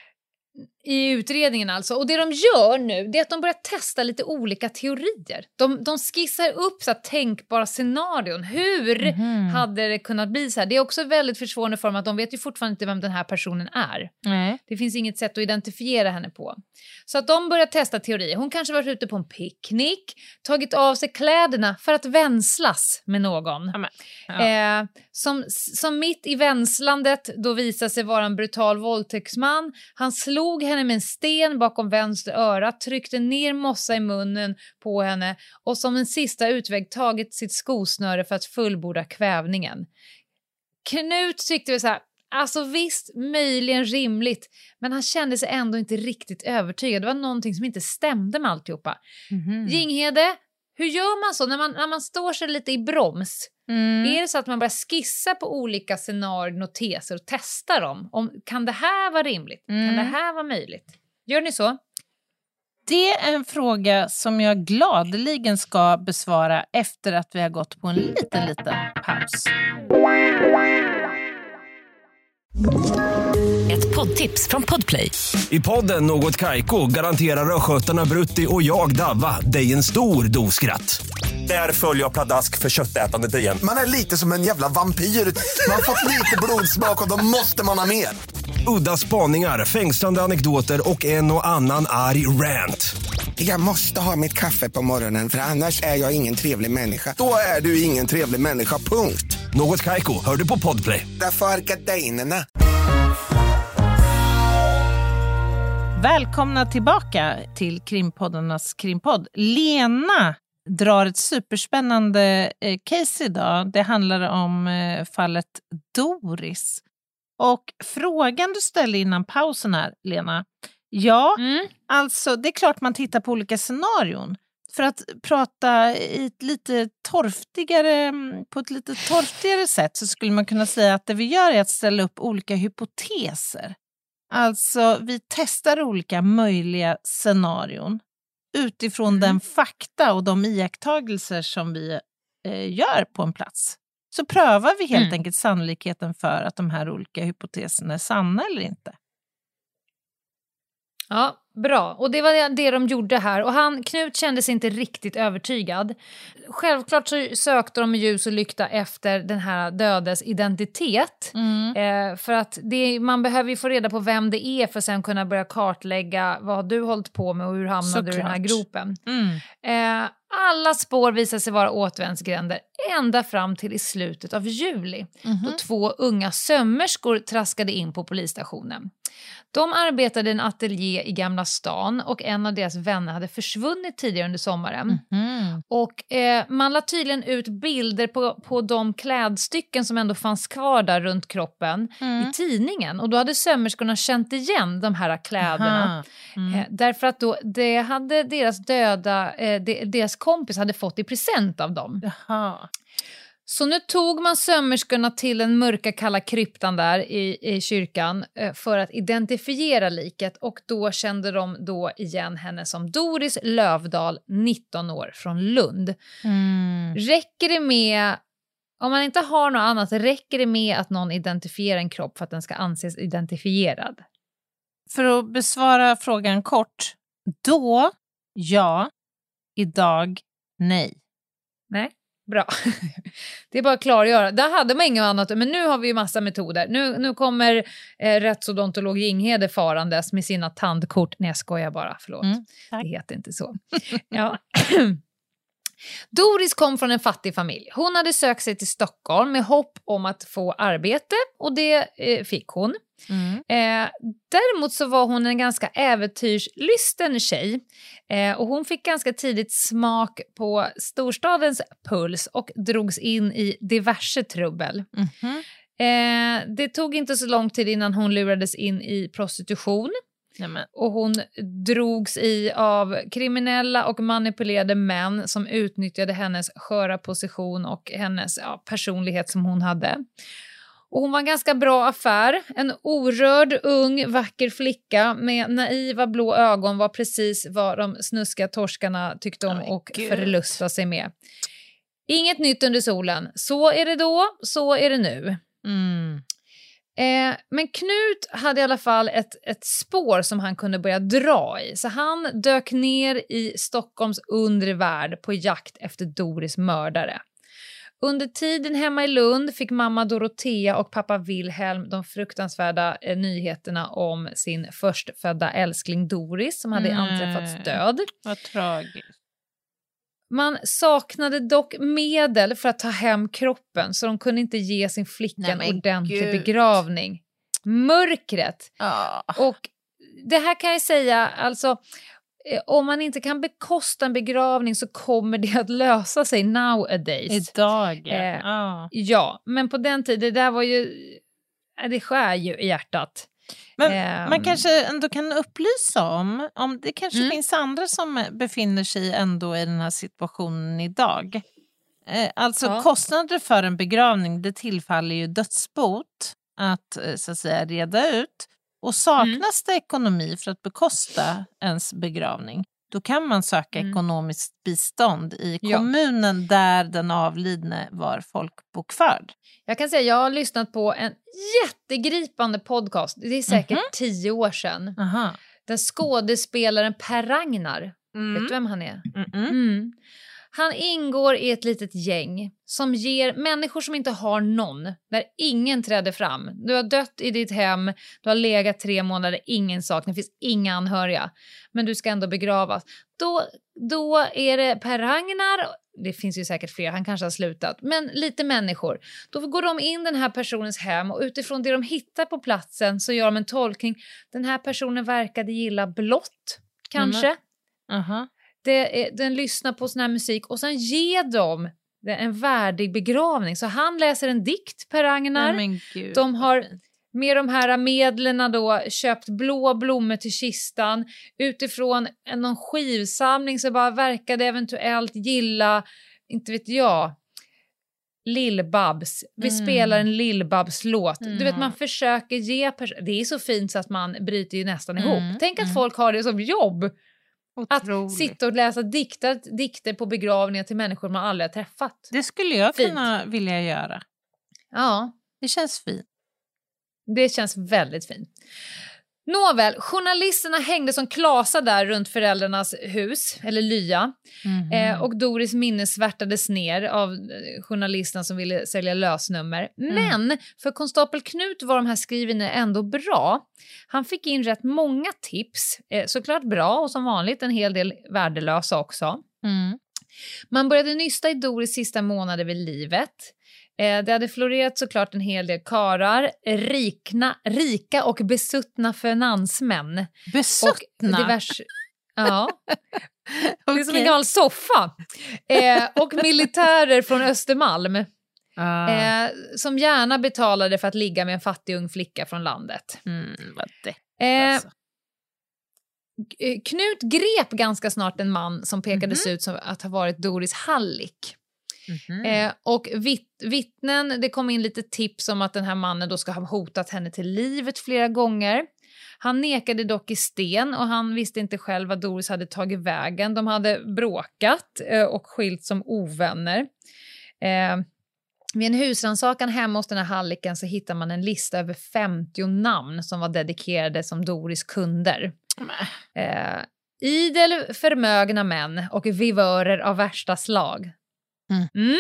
I utredningen alltså. Och det de gör nu, det är att de börjar testa lite olika teorier. De, de skissar upp så här tänkbara scenarion. Hur mm. hade det kunnat bli så här? Det är också väldigt försvårande för dem att de vet ju fortfarande inte vem den här personen är. Mm. Det finns inget sätt att identifiera henne på. Så att de börjar testa teorier. Hon kanske varit ute på en picknick, tagit av sig kläderna för att vänslas med någon. Amen. Ja. Eh, som, som mitt i vänslandet då visar sig vara en brutal våldtäktsman. Han slog henne med en sten bakom vänster öra, tryckte ner mossa i munnen på henne och som en sista utväg tagit sitt skosnöre för att fullborda kvävningen. Knut tyckte väl så här, alltså visst, möjligen rimligt, men han kände sig ändå inte riktigt övertygad. Det var någonting som inte stämde med alltihopa. Mm-hmm. Ginghede, hur gör man så när man, när man står sig lite i broms? Mm. Är det så att man börjar skissa på olika scenarier och teser och testa dem? Om, kan det här vara rimligt? Mm. Kan det här vara möjligt? Gör ni så? Det är en fråga som jag gladeligen ska besvara efter att vi har gått på en liten, liten paus. Ett poddtips från Podplay. I podden Något Kaiko garanterar röskötarna Brutti och jag Davva dig en stor dos skratt. Där följer jag pladask för köttätandet igen. Man är lite som en jävla vampyr. Man har fått lite blodsmak och då måste man ha mer. Udda spaningar, fängslande anekdoter och en och annan arg rant. Jag måste ha mitt kaffe på morgonen för annars är jag ingen trevlig människa. Då är du ingen trevlig människa, punkt. Något Kaiko, hör du på Podplay. Därför är gardinerna. Välkomna tillbaka till Krimpoddarnas krimpodd. Lena drar ett superspännande eh, case idag. Det handlar om eh, fallet Doris. Och frågan du ställde innan pausen här, Lena. Ja, mm. alltså det är klart man tittar på olika scenarion. För att prata i ett lite torftigare, på ett lite torftigare sätt så skulle man kunna säga att det vi gör är att ställa upp olika hypoteser. Alltså vi testar olika möjliga scenarion. utifrån Mm. den fakta och de iakttagelser som vi eh, gör på en plats. Så prövar vi helt Mm. enkelt sannolikheten för att de här olika hypoteserna är sanna eller inte. Ja, bra. Och det var det de gjorde här. Och han, Knut kände sig inte riktigt övertygad. Självklart så sökte de med ljus och lykta efter den här dödes identitet. Mm. Eh, för att det, man behöver ju få reda på vem det är för att sen kunna börja kartlägga vad har du hållit på med och hur hamnade du i den här gropen. Mm. Eh, alla spår visar sig vara återvändsgränder ända fram till i slutet av juli. Mm-hmm. Då två unga sömmerskor traskade in på polisstationen. De arbetade i en ateljé i Gamla stan och en av deras vänner hade försvunnit tidigare under sommaren. Mm. Och eh, man la tydligen ut bilder på, på de klädstycken som ändå fanns kvar där runt kroppen Mm. i tidningen. Och då hade sömmerskorna känt igen de här kläderna. Aha. Mm. Eh, därför att då, det hade deras döda, eh, de, deras kompis hade fått i present av dem. Jaha. Så nu tog man sömmerskorna till den mörka kalla kryptan där i, i kyrkan eh, för att identifiera liket, och då kände de då igen henne som Doris Lövdahl, nitton år, från Lund. Mm. Räcker det med, om man inte har något annat, räcker det med att någon identifierar en kropp för att den ska anses identifierad? För att besvara frågan kort. Då, ja. Idag, nej. Nej, bra. Det är bara att klargöra. Där hade man inget annat, men nu har vi ju massa metoder. Nu, nu kommer eh, rättsodontolog Ginghede farandes med sina tandkort. Nej, jag skojar bara, förlåt. Mm, tack. Det heter inte så. Ja. Doris kom från en fattig familj. Hon hade sökt sig till Stockholm med hopp om att få arbete, och det eh, fick hon. Mm. Eh, däremot så var hon en ganska äventyrslysten tjej, eh, och hon fick ganska tidigt smak på storstadens puls och drogs in i diverse trubbel. Mhm. Eh, det tog inte så lång tid innan hon lurades in i prostitution. Nämen. Och hon drogs i av kriminella och manipulerade män som utnyttjade hennes sköra position och hennes ja, personlighet som hon hade. Och hon var en ganska bra affär. En orörd, ung, vacker flicka med naiva blå ögon var precis vad de snuska torskarna tyckte om Oj, och Gud. förlusta sig med. Inget nytt under solen. Så är det då, så är det nu. Mm. Eh, men Knut hade i alla fall ett, ett spår som han kunde börja dra i. Så han dök ner i Stockholms undre värld på jakt efter Doris mördare. Under tiden hemma i Lund fick mamma Dorotea och pappa Wilhelm de fruktansvärda eh, nyheterna om sin förstfödda älskling Doris som hade Nej. anträffats död. Vad tragiskt. Man saknade dock medel för att ta hem kroppen, så de kunde inte ge sin flicka Nej, en men ordentlig Gud. begravning. Mörkret. Ja. Och det här kan jag säga, alltså eh, om man inte kan bekosta en begravning så kommer det att lösa sig nowadays. Idag, ja. Eh, Ja. Ja, men på den tiden, det där var ju, eh, det skär ju i hjärtat. Men Ehm. man kanske ändå kan upplysa om, om det kanske Mm. finns andra som befinner sig ändå i den här situationen idag. Eh, alltså Ja. kostnader för en begravning, det tillfaller ju dödsbot att, eh, så att säga, reda ut. Och saknas det ekonomi för att bekosta ens begravning, då kan man söka Mm. ekonomiskt bistånd i Ja. kommunen där den avlidne var folkbokförd. Jag kan säga, jag har lyssnat på en jättegripande podcast, det är säkert Mhm. tio år sedan. Aha. Den skådespelaren Per Ragnar, Mm. vet du vem han är? Mm-mm. Mm. Han ingår i ett litet gäng som ger människor som inte har någon, där ingen träder fram. Du har dött i ditt hem, du har legat tre månader, ingen saknar, det finns inga anhöriga. Men du ska ändå begravas. Då, då är det Per Ragnar, det finns ju säkert fler, han kanske har slutat, men lite människor. Då går de in den här personens hem och utifrån det de hittar på platsen så gör de en tolkning. Den här personen verkade gilla blått, kanske. Mm. Aha. Det är, den lyssnar på sån här musik och sen ger de det en värdig begravning. Så han läser en dikt, Per Ragnar. Nej, men Gud, De vad har fint. med de här medlen då köpt blå blommor till kistan. Utifrån en, någon skivsamling så bara verkade eventuellt gilla, inte vet jag, Lill-Babs. Vi Mm. spelar en Lill-Babs-låt. Mm. Du vet, man försöker ge... Pers- det är så fint så att man bryter ju nästan ihop. Mm. Tänk att Mm. folk har det som jobb. Otroligt. Att sitta och läsa dikter, dikter på begravningar till människor man aldrig har träffat. Det skulle jag Fint. kunna vilja göra. Ja, Det känns fint. det känns väldigt fint. Nåväl, journalisterna hängde som klasar där runt föräldrarnas hus, eller lya. Mm-hmm. Eh, och Doris minne svärtades ner av journalisterna som ville sälja lösnummer. Mm. Men för konstapel Knut var de här skrivningarna ändå bra. Han fick in rätt många tips. Eh, såklart bra och som vanligt en hel del värdelösa också. Mm. Man började nysta i Doris sista månader vid livet. Eh, det hade florerat såklart en hel del karar, rikna, rika och besuttna finansmän. Besuttna? Och diverse, ja, det är som en Okej. gammal soffa. Eh, och militärer från Östermalm. Ah. Eh, som gärna betalade för att ligga med en fattig ung flicka från landet. Mm, vad det. Eh, Alltså. G- Knut grep ganska snart en man som pekades Mhm. ut som att ha varit Doris Hallik. Mhm. Eh, och vitt, vittnen, det kom in lite tips om att den här mannen då ska ha hotat henne till livet flera gånger. Han nekade dock i sten och han visste inte själv vad Doris hade tagit vägen. De hade bråkat eh, och skilt som ovänner. Eh, vid en husrannsakan hemma hos den här halliken så hittar man en lista över femtio namn som var dedikerade som Doris kunder. Eh, idel förmögna män och vivörer av värsta slag. Mm. Mm.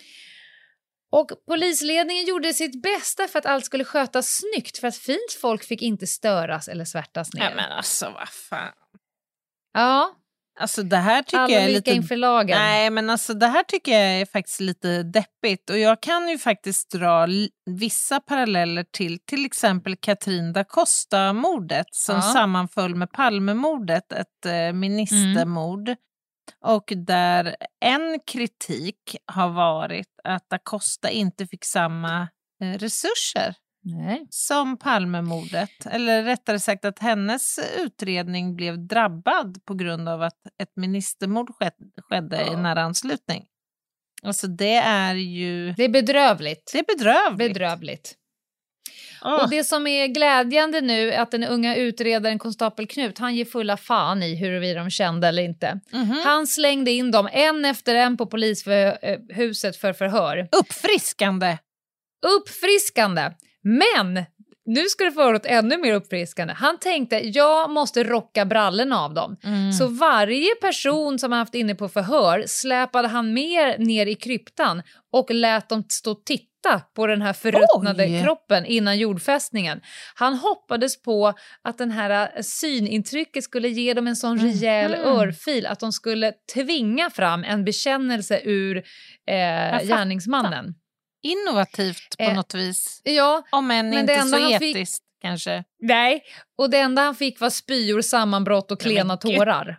Och polisledningen gjorde sitt bästa för att allt skulle skötas snyggt, för att fint folk fick inte störas eller svärtas ner. Ja, men alltså vad fan. Ja, Alltså det här tycker alla jag är lika lite... inför lagen. Nej, men alltså det här tycker jag är faktiskt lite deppigt. Och jag kan ju faktiskt dra l- vissa paralleller till till exempel Katrin da Costa-mordet som Ja. sammanföll med Palmemordet, ett eh, ministermord. Och där en kritik har varit att da Costa inte fick samma eh, resurser Nej. som Palmemordet. Eller rättare sagt att hennes utredning blev drabbad på grund av att ett ministermord sked- skedde i nära anslutning. Alltså det är ju... Det är bedrövligt. Det är bedrövligt. Bedrövligt. Åh. Och det som är glädjande nu är att den unga utredaren konstapel Knut, han ger fulla fan i huruvida de kände eller inte. Mhm. Han slängde in dem en efter en på polishuset för förhör. Uppfriskande! Uppfriskande! Men nu ska det få något ännu mer uppfriskande. Han tänkte, jag måste rocka brallen av dem. Mm. Så varje person som han haft inne på förhör släpade han mer ner i kryptan och lät dem stå och titta på den här förruttnade Oj. kroppen innan jordfästningen. Han hoppades på att den här synintrycket skulle ge dem en sån rejäl Mhm. örfil att de skulle tvinga fram en bekännelse ur eh, fattar. gärningsmannen. Innovativt på Eh, något vis. Ja, Om än men inte det enda så han fick- etiskt kanske. nej. Och det enda han fick var spyor, sammanbrott och Nej, men klena gud. tårar.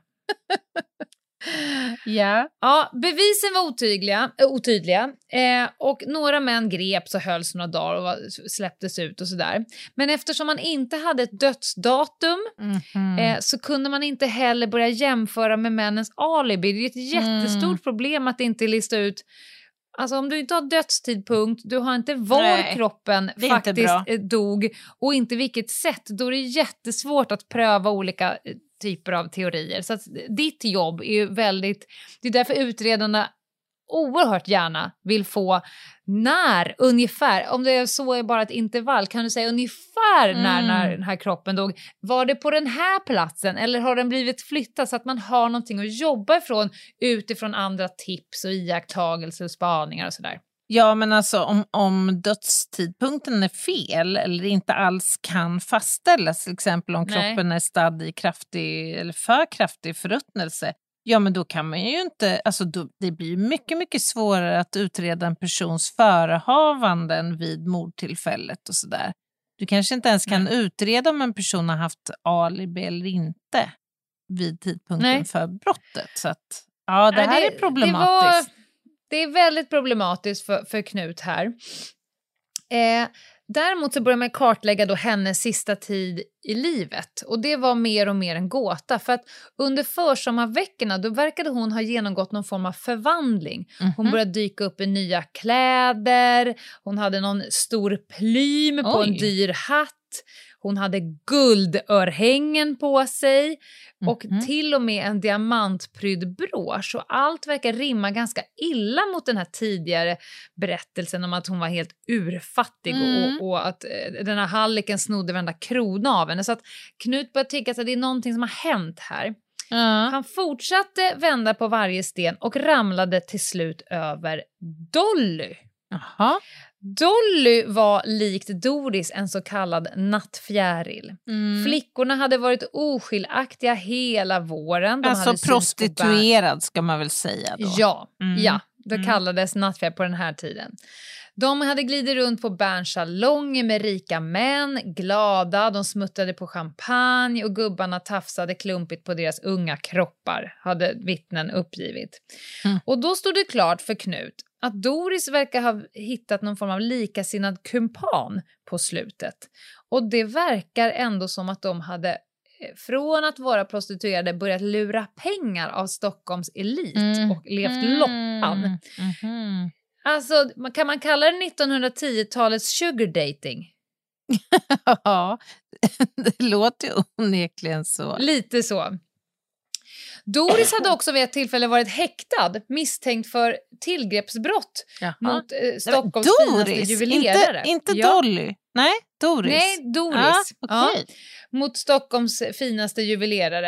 Ja. Ja, bevisen var otydliga, äh, otydliga eh, och några män greps och hölls några dagar och var, släpptes ut och sådär. Men eftersom man inte hade ett dödsdatum Mhm. eh, så kunde man inte heller börja jämföra med männens alibi. Det är ett jättestort Mm. problem att inte lista ut. Alltså om du inte har dödstidpunkt, du har inte var Nej, kroppen det är inte faktiskt bra. eh, dog och inte vilket sätt, då är det jättesvårt att pröva olika eh, typer av teorier. Så att ditt jobb är ju väldigt, det är därför utredarna oerhört gärna vill få när, ungefär, om det är så är bara ett intervall, kan du säga ungefär när, Mm. när den här kroppen dog. Var det på den här platsen eller har den blivit flyttad så att man har någonting att jobba ifrån utifrån andra tips och iakttagelser och spaningar och sådär. Ja, men alltså om, om dödstidpunkten är fel eller inte alls kan fastställas, till exempel om Nej. kroppen är stadd i kraftig eller för kraftig förruttnelse, ja men då kan man ju inte, alltså då, det blir ju mycket, mycket svårare att utreda en persons förehavanden vid mordtillfället och sådär. Du kanske inte ens kan utreda om en person har haft alibi eller inte vid tidpunkten Nej. för brottet. Så att, ja, det Nej, här det- är problematiskt. Det, var, det är väldigt problematiskt för, för Knut här. Eh, däremot så börjar man kartlägga då hennes sista tid i livet. Och det var mer och mer en gåta. För att under försommarveckorna då verkade hon ha genomgått någon form av förvandling. Hon Mhm. började dyka upp i nya kläder. Hon hade någon stor plym på Oj. en dyr hatt. Hon hade guldörhängen på sig och Mhm. till och med en diamantprydd brosch. Och allt verkar rimma ganska illa mot den här tidigare berättelsen om att hon var helt urfattig Mm. och, och att eh, den här halliken snodde varenda krona av henne. Så att Knut började tänka att det är någonting som har hänt här. Ja. Han fortsatte vända på varje sten och ramlade till slut över Dolly. Jaha. Dolly var likt Doris en så kallad nattfjäril. Mm. Flickorna hade varit oskiljaktiga hela våren. De hade Alltså synts på bär- prostituerad ska man väl säga då. Ja, Mm. ja. Det Mm. kallades nattfjäril på den här tiden. De hade glidit runt på Berns salonger med rika män, glada, de smuttade på champagne och gubbarna tafsade klumpigt på deras unga kroppar, hade vittnen uppgivit. Mm. Och då stod det klart för Knut att Doris verkar ha hittat någon form av likasinnad kumpan på slutet. Och det verkar ändå som att de hade eh, från att vara prostituerade börjat lura pengar av Stockholms elit Mm. och levt loppan. Mhm. Alltså, man- kan man kalla det nittonhundratio-talets sugar dating? Ja, det låter ju onekligen så. Lite så. Doris hade också vid ett tillfälle varit häktad, misstänkt för tillgreppsbrott Jaha. mot eh, Stockholms Doris, finaste juvelerare. Inte, inte Ja. Dolly. Nej, Doris. Nej, Doris. Ah, okej. Ja, mot Stockholms finaste juvelerare.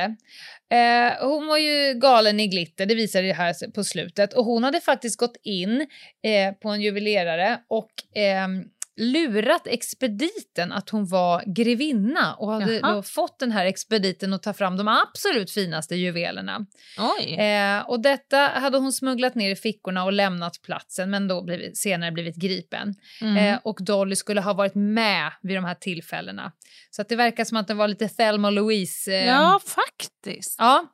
Eh, hon var ju galen i glitter, det visade det här på slutet. Och hon hade faktiskt gått in eh, på en juvelerare och ehm, lurat expediten att hon var grevinna och hade Jaha. då fått den här expediten att ta fram de absolut finaste juvelerna. Oj. Eh, och detta hade hon smugglat ner i fickorna och lämnat platsen, men då blivit, senare blivit gripen. Mm. Eh, och Dolly skulle ha varit med vid de här tillfällena. Så att det verkar som att det var lite Thelma och Louise. Eh, Ja, faktiskt. ja.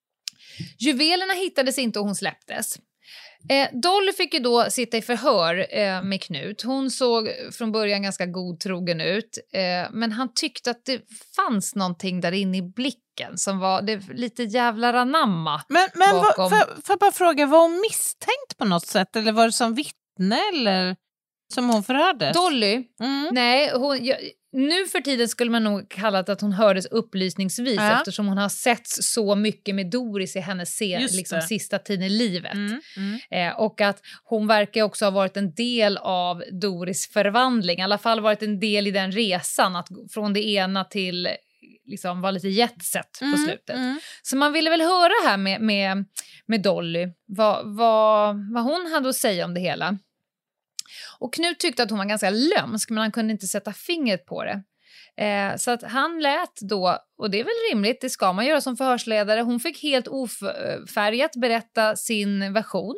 Juvelerna hittades inte och hon släpptes. Eh, Dolly fick ju då sitta i förhör eh, med Knut. Hon såg från början ganska godtrogen ut. Eh, men han tyckte att det fanns någonting där inne i blicken som var det, lite jävlar anamma. Men, men vad, bakom. får, får jag bara fråga, var hon misstänkt på något sätt? Eller var det som vittne eller som hon förhördes? Dolly, Mm. nej, hon, ja, nu för tiden skulle man nog kalla det att hon hördes upplysningsvis Ja. eftersom hon har sett så mycket med Doris i hennes se, Just liksom, det. sista tiden i livet. Mm. Mm. Eh, och att hon verkar också ha varit en del av Doris förvandling, i alla fall varit en del i den resan, att gå från det ena till liksom vara lite jetset på Mm. slutet. Mm. Så man ville väl höra här med, med, med Dolly vad, vad, vad hon hade att säga om det hela. Och Knut tyckte att hon var ganska lömsk, men han kunde inte sätta fingret på det. Eh, så att han lät då, och det är väl rimligt, det ska man göra som förhörsledare. Hon fick helt ofärgat berätta sin version.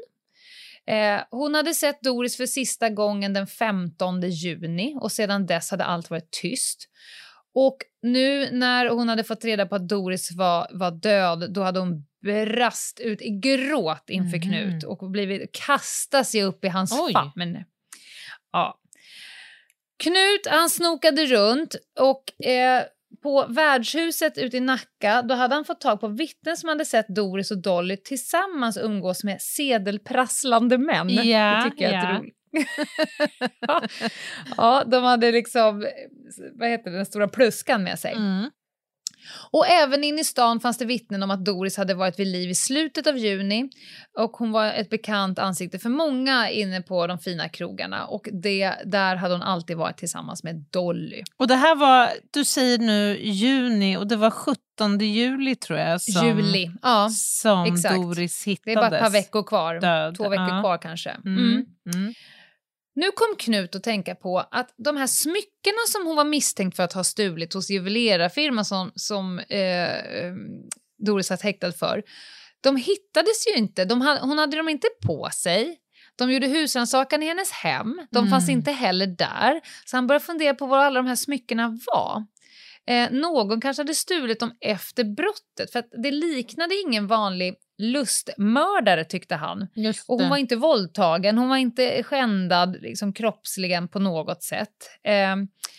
Eh, hon hade sett Doris för sista gången den femtonde juni och sedan dess hade allt varit tyst. Och nu när hon hade fått reda på att Doris var, var död, då hade hon brast ut i gråt inför Mhm. Knut och blivit kasta sig upp i hans Oj. famn. Ja. Knut, han snokade runt och eh, på värdshuset ute i Nacka, då hade han fått tag på vittnen som hade sett Doris och Dolly tillsammans umgås med sedelprasslande män. Ja, det tycker jag är ja. roligt. ja. ja, de hade liksom, vad heter det, den stora pluskan med sig. Mm. Och även in i stan fanns det vittnen om att Doris hade varit vid liv i slutet av juni och hon var ett bekant ansikte för många inne på de fina krogarna och det, där hade hon alltid varit tillsammans med Dolly. Och det här var, du säger nu juni, och det var sjuttonde juli tror jag som, Juli, ja. som exakt. Doris hittades. Det är bara ett par veckor kvar, död. två veckor Ja. kvar kanske. Mm. Mm. Mm. Nu kom Knut att tänka på att de här smyckena som hon var misstänkt för att ha stulit hos juvelerarfirman som, som eh, eh, Doris var häktad för, de hittades ju inte. De hade, hon hade dem inte på sig. De gjorde husrannsakan i hennes hem. De Mm. fanns inte heller där. Så han började fundera på var alla de här smyckena var. Eh, någon kanske hade stulit dem efter brottet. För att det liknade ingen vanlig lustmördare, tyckte han. Just Och hon det. var inte våldtagen, hon var inte skändad liksom, kroppsligen på något sätt. Eh,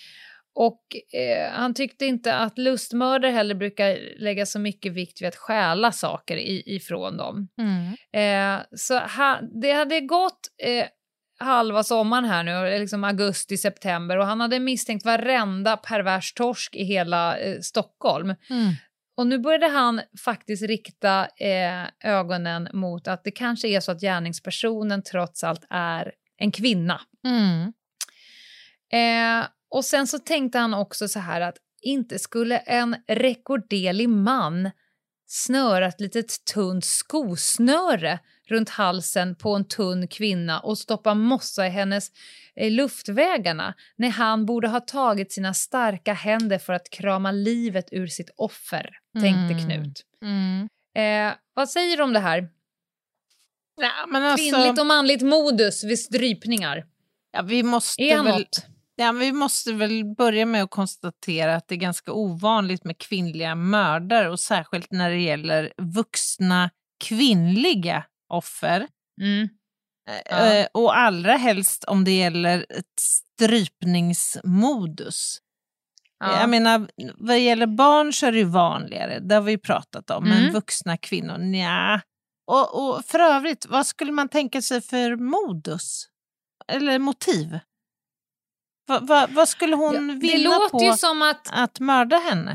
och eh, han tyckte inte att lustmördare heller brukar lägga så mycket vikt vid att stjäla saker i, ifrån dem. Mm. Eh, så ha, det hade gått... Eh, halva sommaren här nu, liksom augusti, september, och han hade misstänkt varenda pervers torsk i hela eh, Stockholm. Mm. Och nu började han faktiskt rikta eh, ögonen mot att det kanske är så att gärningspersonen trots allt är en kvinna. Mm. Eh, och sen så tänkte han också så här att inte skulle en rekorderlig man snöra ett litet tunt skosnöre runt halsen på en tunn kvinna och stoppa mossa i hennes eh, luftvägarna när han borde ha tagit sina starka händer för att krama livet ur sitt offer, tänkte Mm. Knut. Mm. Eh, vad säger du om det här? Ja, men alltså, Kvinnligt och manligt modus vid strypningar. ja, vi måste Är han väl... något? Ja, vi måste väl börja med att konstatera att det är ganska ovanligt med kvinnliga mördare och särskilt när det gäller vuxna kvinnliga offer. Mm. Ja. Eh, och allra helst om det gäller ett strypningsmodus. Ja. Jag menar, vad gäller barn så är det ju vanligare, det har vi pratat om, Mm. men vuxna kvinnor, nja. Och, och för övrigt, vad skulle man tänka sig för modus? Eller motiv? Va, va, vad skulle hon Ja, det vinna låter på ju som att att mörda henne?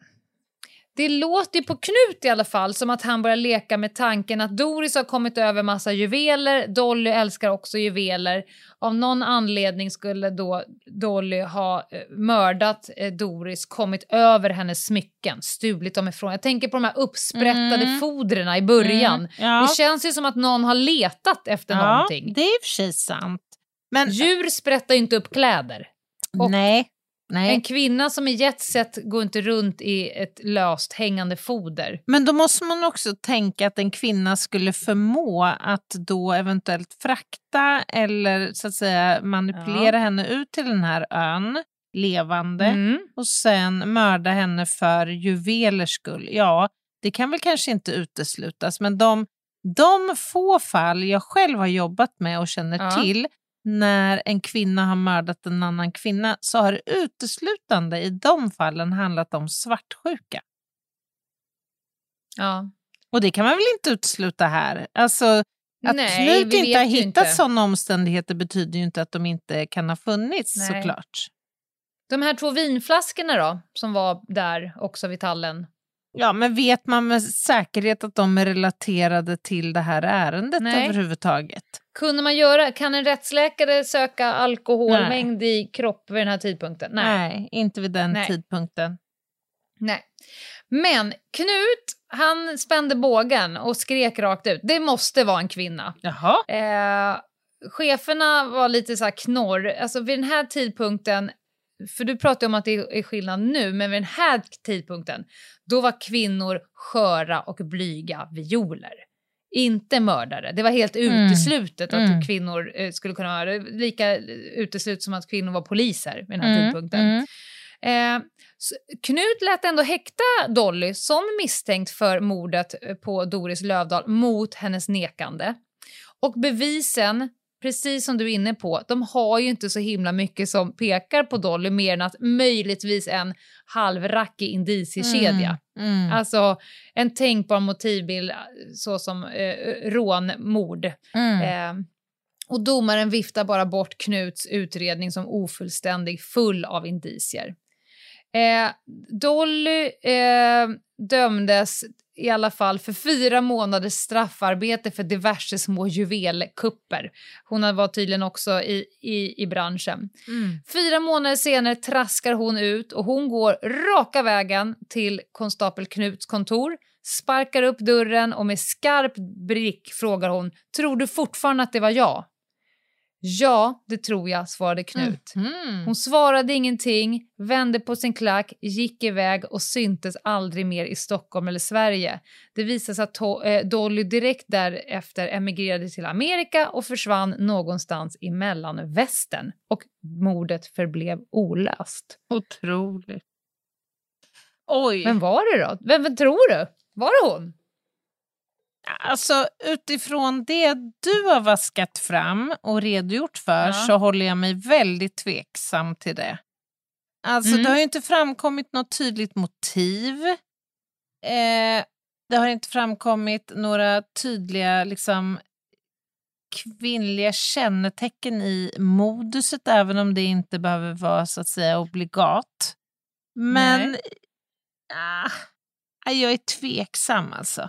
Det låter ju på Knut i alla fall som att han börjar leka med tanken att Doris har kommit över massa juveler. Dolly älskar också juveler. Av någon anledning skulle då Dolly ha eh, mördat eh, Doris, kommit över hennes smycken, stulit dem ifrån. Jag tänker på de här uppsprättade Mm. fodrena i början. Mm, ja. Det känns ju som att någon har letat efter Ja, någonting. det är i och för sig sant. Men Djur sprättar ju inte upp kläder. och- nej, nej. En kvinna som i jetset går inte runt i ett löst hängande foder. Men då måste man också tänka att en kvinna skulle förmå att då eventuellt frakta eller så att säga manipulera Ja. henne ut till den här ön levande Mm. och sen mörda henne för juvelers skull. Ja, det kan väl kanske inte uteslutas, men de, de få fall jag själv har jobbat med och känner Ja. till när en kvinna har mördat en annan kvinna så har det uteslutande i de fallen handlat om svartsjuka. Ja. Och det kan man väl inte utesluta här? Alltså, att Nej, Knut vi inte har vet ju hittat inte. sådana omständigheter betyder ju inte att de inte kan ha funnits, Nej. såklart. De här två vinflaskorna då, som var där också vid tallen. Ja, men vet man med säkerhet att de är relaterade till det här ärendet Nej. överhuvudtaget? Kunde man göra, kan en rättsläkare söka alkoholmängd i kropp vid den här tidpunkten? Nej. Nej, inte vid den Nej. tidpunkten. Nej. Men Knut, han spände bågen och skrek rakt ut. Det måste vara en kvinna. Jaha. Eh, cheferna var lite så här knorr. Alltså vid den här tidpunkten, för du pratar om att det är skillnad nu, men vid den här tidpunkten, då var kvinnor sköra och blyga violer. Inte mördare. Det var helt Mm. uteslutet att Mm. kvinnor eh, skulle kunna vara det. Lika uteslutet som att kvinnor var poliser vid den här Mm, tidpunkten. mm. Eh, så Knut lät ändå häkta Dolly som misstänkt för mordet på Doris Lövdahl mot hennes nekande. Och bevisen, precis som du är inne på, de har ju inte så himla mycket som pekar på Dolly mer än att möjligtvis en halvrackig indiciekedja. Mm, mm, Alltså en tänkbar motivbild såsom eh, rånmord. mm. Eh, och domaren viftar bara bort Knuts utredning som ofullständig, full av indicier. Eh, Dolly eh, dömdes i alla fall för fyra månaders straffarbete för diverse små juvelkupper. Hon var tydligen också i, i, i branschen. Mm. Fyra månader senare traskar hon ut och hon går raka vägen till konstapel Knuts kontor, sparkar upp dörren och med skarp blick frågar hon: tror du fortfarande att det var jag? Ja, det tror jag, svarade Knut. Mm. Hon svarade ingenting, vände på sin klack, gick iväg och syntes aldrig mer i Stockholm eller Sverige. Det visade sig att to- eh, Dolly direkt därefter emigrerade till Amerika och försvann någonstans i Mellanvästern. Och mordet förblev olöst. Otroligt. Oj. Vem var det då? Vem, vem tror du? Var det hon? Alltså utifrån det du har vaskat fram och redogjort för Ja. så håller jag mig väldigt tveksam till det. Alltså Mm. det har ju inte framkommit något tydligt motiv. Eh, det har inte framkommit några tydliga liksom kvinnliga kännetecken i moduset, även om det inte behöver vara så att säga obligat. Men ah, jag är tveksam alltså.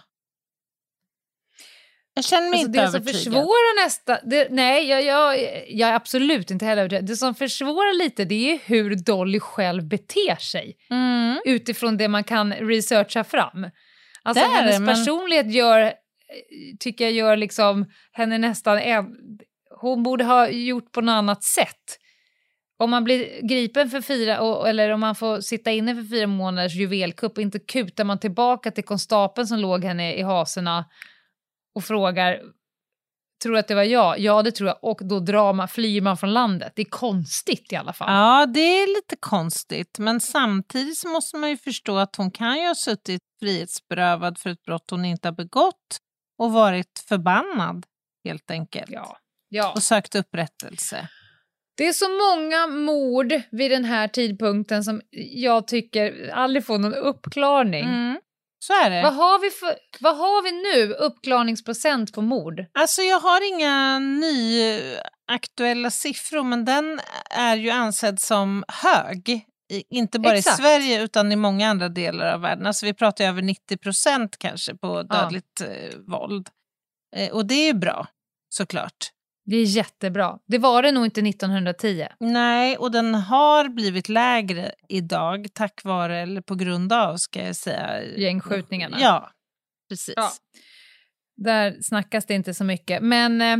Jag känner mig alltså inte det övertygad. Som försvårar nästa, det, nej, jag, jag, jag är absolut inte heller övertygad. Det som försvårar lite, det är hur Dolly själv beter sig. Mm. Utifrån det man kan researcha fram. Alltså Där, hennes men... personlighet gör, tycker jag gör liksom henne nästan, hon borde ha gjort på något annat sätt. Om man blir gripen för fyra, eller om man får sitta inne för fyra månaders juvelkupp, och inte kutar man tillbaka till konstapeln som låg henne i haserna och frågar, tror du att det var jag? Ja, det tror jag. Och då drar man, flyr man från landet. Det är konstigt i alla fall. Ja, det är lite konstigt. Men samtidigt så måste man ju förstå att hon kan ju ha suttit frihetsberövad för ett brott hon inte har begått och varit förbannad, helt enkelt. Ja. Ja. Och sökt upprättelse. Det är så många mord vid den här tidpunkten som jag tycker aldrig får någon uppklarning. Mm. Så är det. Vad har vi för, vad har vi nu uppklarningsprocent på mord? Alltså jag har inga nyaktuella siffror, men den är ju ansedd som hög. Inte bara Exakt. i Sverige utan i många andra delar av världen. Alltså vi pratar över nittio procent kanske på dödligt ja. eh, våld. Eh, och det är ju bra, såklart. Det är jättebra. Det var det nog inte nittonhundratio. Nej, och den har blivit lägre idag tack vare, eller på grund av, ska jag säga. Gängskjutningarna. Ja, precis. Ja. Där snackas det inte så mycket. Men eh,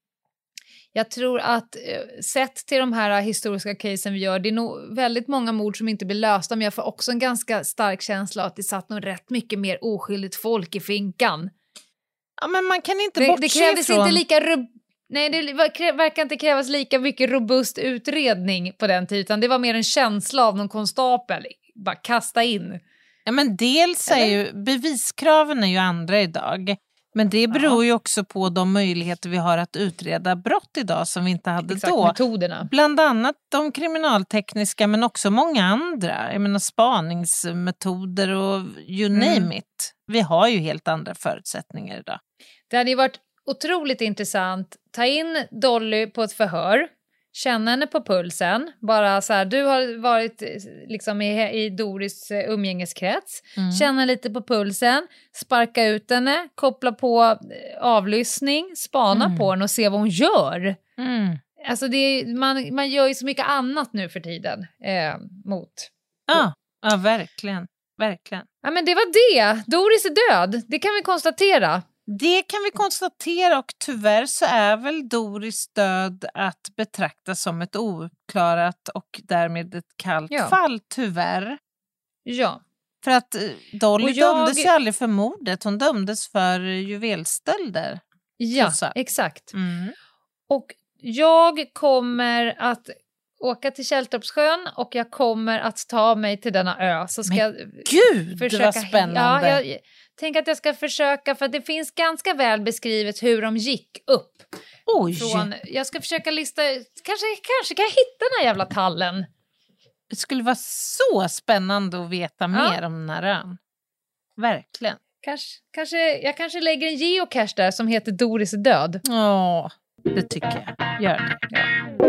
jag tror att eh, sett till de här historiska casen vi gör, det är nog väldigt många mord som inte blir lösta, men jag får också en ganska stark känsla att det satt nog rätt mycket mer oskyldigt folk i finkan. Ja, men man kan inte det, bortse det krävdes från... inte lika... Rub- Nej, det verkar inte krävas lika mycket robust utredning på den tiden, utan det var mer en känsla av någon konstapel. Bara kasta in. Ja, men dels är ju beviskraven är ju andra idag. Men det beror ja. ju också på de möjligheter vi har att utreda brott idag som vi inte hade Exakt, då. Metoderna. Bland annat de kriminaltekniska, men också många andra. Jag menar spaningsmetoder och you name mm. it. Vi har ju helt andra förutsättningar idag. Det hade ju varit otroligt intressant. Ta in Dolly på ett förhör. Känna henne på pulsen. Bara så här, du har varit liksom i, i Doris umgängeskrets. Mm. Känna lite på pulsen. Sparka ut henne. Koppla på avlyssning. Spana mm. på henne och se vad hon gör. Mm. Alltså det är, man, man gör ju så mycket annat nu för tiden. Eh, mot. Ja, ja, verkligen. Verkligen. Ja, men det var det. Doris är död. Det kan vi konstatera. Det kan vi konstatera, och tyvärr så är väl Doris död att betrakta som ett ouppklarat och därmed ett kallt ja. fall, tyvärr. Ja. För att Dolly jag... dömdes ju aldrig för mordet, hon dömdes för juvelstölder. Ja, exakt. Mm. Och jag kommer att åka till Källtorpssjön och jag kommer att ta mig till denna ö. Så ska Men jag gud, försöka... vad spännande. Ja, jag... Tänk att jag ska försöka, för det finns ganska väl beskrivet hur de gick upp. Oj! Från, jag ska försöka lista, kanske, kanske kan jag hitta den här jävla tallen. Det skulle vara så spännande att veta ja. mer om den här ön. Verkligen. Kanske, kanske, jag kanske lägger en geocache där som heter Doris är död. Ja, det tycker jag. Gör det. Ja.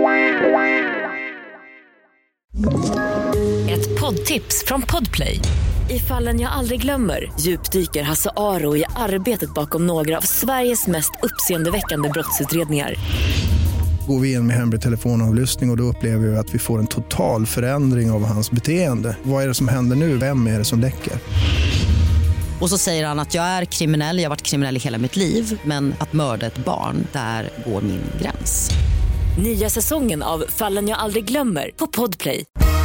Ett poddtips från Podplay. I Fallen jag aldrig glömmer djupdyker Hasse Aro i arbetet bakom några av Sveriges mest uppseendeväckande brottsutredningar. Går vi in med hemlig telefonavlyssning och, och då upplever vi att vi får en total förändring av hans beteende. Vad är det som händer nu? Vem är det som läcker? Och så säger han att jag är kriminell, jag har varit kriminell i hela mitt liv. Men att mörda ett barn, där går min gräns. Nya säsongen av Fallen jag aldrig glömmer på Podplay.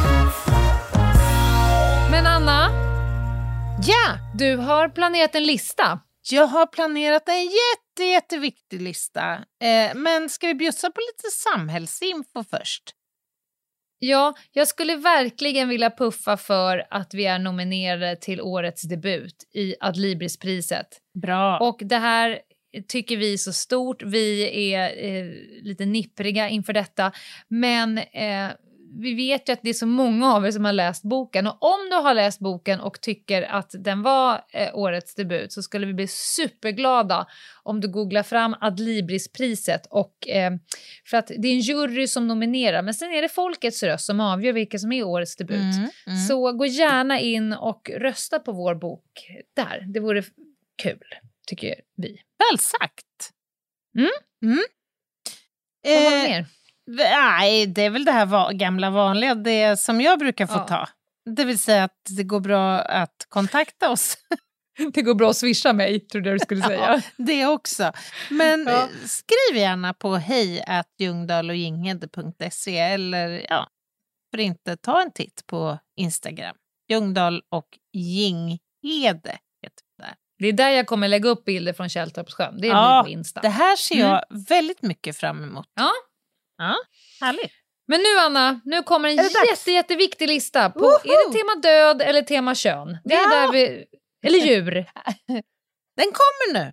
Men Anna, ja, du har planerat en lista. Jag har planerat en jätte, jätteviktig lista. Eh, men ska vi bjussa på lite samhällsinfo först? Ja, jag skulle verkligen vilja puffa för att vi är nominerade till årets debut i Adlibrispriset. Bra. Och det här tycker vi är så stort. Vi är eh, lite nippriga inför detta. Men... Eh, vi vet ju att det är så många av er som har läst boken. Och om du har läst boken och tycker att den var eh, årets debut så skulle vi bli superglada om du googlar fram Adlibris-priset. Och, eh, för att det är en jury som nominerar, men sen är det folkets röst som avgör vilka som är årets debut. Mm, mm. Så gå gärna in och rösta på vår bok där. Det vore kul, tycker vi. Väl sagt. Mm. Mm. Vad har Eh, vi mer? Nej, det är väl det här va- gamla vanliga, det som jag brukar få Ja. ta. Det vill säga att det går bra att kontakta oss. Det går bra att swisha mig, trodde jag du skulle säga. Ja, det också. Men Ja. eh, skriv gärna på hej at ljungdahl och ginghede punkt se eller ja, för inte ta en titt på Instagram. Ljungdahl och Ginghede heter det där. Det är där jag kommer lägga upp bilder från Källtorpssjön. Det är Ja, på Insta. Det här ser jag Mm. väldigt mycket fram emot. Ja. Ja, härligt. Men nu Anna, nu kommer en Är det dags? jätte, jätteviktig lista. På, Woho! är det tema död eller tema kön? Det är Ja. där vi, eller djur. Den kommer nu.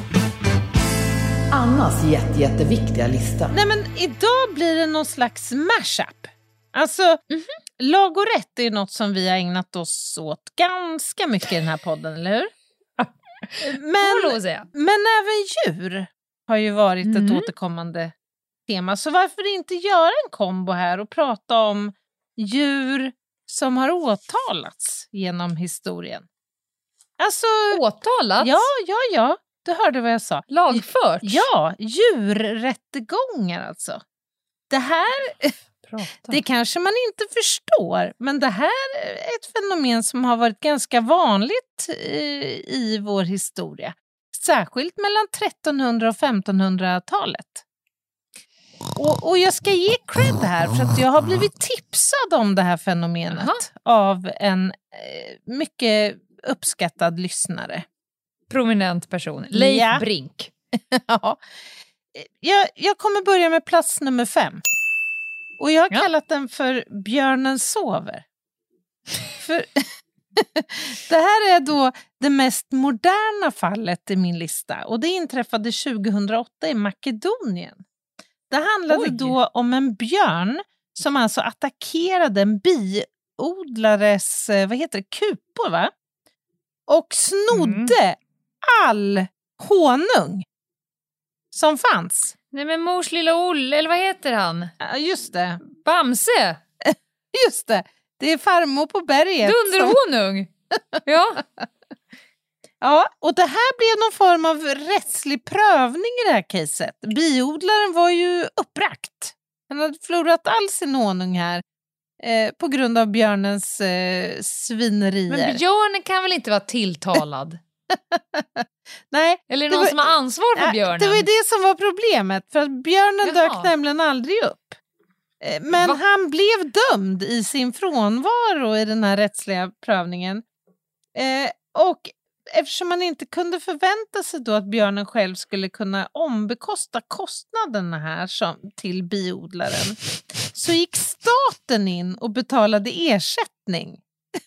Annas jätte, jätteviktiga lista. Nej, men idag blir det någon slags mashup. Alltså, Mhm. lag och rätt är något som vi har ägnat oss åt ganska mycket i den här podden, eller hur? Får lov Men, att säga. men även djur har ju varit ett Mm. återkommande tema. Så varför inte göra en kombo här och prata om djur som har åtalats genom historien? Alltså, Åtalat? ja, ja, ja. Du hörde vad jag sa. Lagfört? Ja, djurrättegångar alltså. Det här, Prata. det kanske man inte förstår, men det här är ett fenomen som har varit ganska vanligt eh, i vår historia. Särskilt mellan trettonhundra- och femtonhundratalet. Och, och jag ska ge cred här för att jag har blivit tipsad om det här fenomenet Aha. av en eh, mycket uppskattad lyssnare. Prominent person. Leif Ja. Brink. Ja. Jag, jag kommer börja med plats nummer fem. Och jag har Ja. kallat den för Björnen sover. För det här är då det mest moderna fallet i min lista. Och det inträffade tjugohundraåtta i Makedonien. Det handlade Oj. då om en björn som alltså attackerade en biodlares, eh, vad heter det, kupor, va? Och snodde Mm. all honung som fanns. Nej men mors lilla Olle, eller vad heter han? Ja, just det. Bamse! Just det. Det är farmor på berget. som- Dunderhonung! Ja. Ja, och det här blev någon form av rättslig prövning i det här caset. Biodlaren var ju uppbragt. Han hade förlorat all sin honung här eh, på grund av björnens eh, svinerier. Men björnen kan väl inte vara tilltalad? Nej, Eller är det det någon var- som har ansvar för ja, björnen? det var ju det som var problemet. För att björnen Jaha. dök nämligen aldrig upp. Eh, Men Va? han blev dömd i sin frånvaro i den här rättsliga prövningen. Eh, och eftersom man inte kunde förvänta sig då att björnen själv skulle kunna ombekosta kostnaderna här som, till biodlaren, så gick staten in och betalade ersättning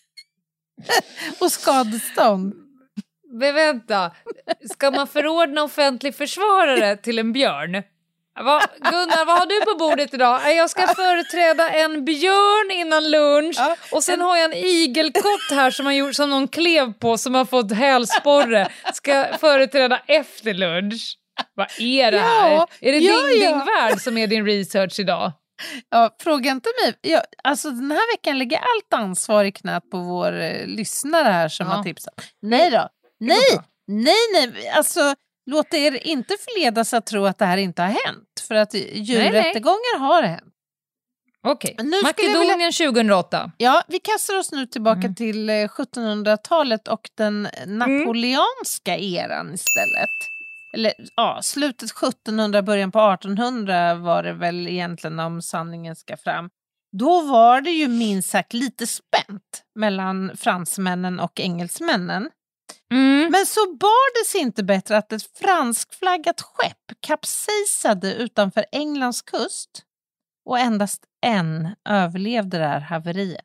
och skadestånd. Men vänta, ska man förordna offentlig försvarare till en björn? Va, Gunnar, vad har du på bordet idag? Jag ska företräda en björn innan lunch. Ja, Och sen har jag en igelkott här som, har gjort, som någon klev på som har fått hälsporre. Ska företräda efter lunch. Vad är det här? Ja, är det ja, Ding ja. Ding Värld som är din research idag? Ja, fråga inte mig. Ja, alltså den här veckan ligger allt ansvar i knät på vår eh, lyssnare här som Ja. har tipsat. Nej då. Nej, bra. nej, nej. Alltså, låt er inte förledas att tro att det här inte har hänt. För att djurrättegångar har hänt. Okej, Nu skulle jag Makedonien tjugohundraåtta. Ja, vi kastar oss nu tillbaka Mm. till eh, sjuttonhundratalet och den napoleonska eran istället. Eller ja, slutet sjuttonhundra, början på artonhundra var det väl egentligen, om sanningen ska fram. Då var det ju minst sagt lite spänt mellan fransmännen och engelsmännen. Mm. Men så bar det sig inte bättre att ett franskflaggat skepp kapsejsade utanför Englands kust och endast en överlevde det här haveriet.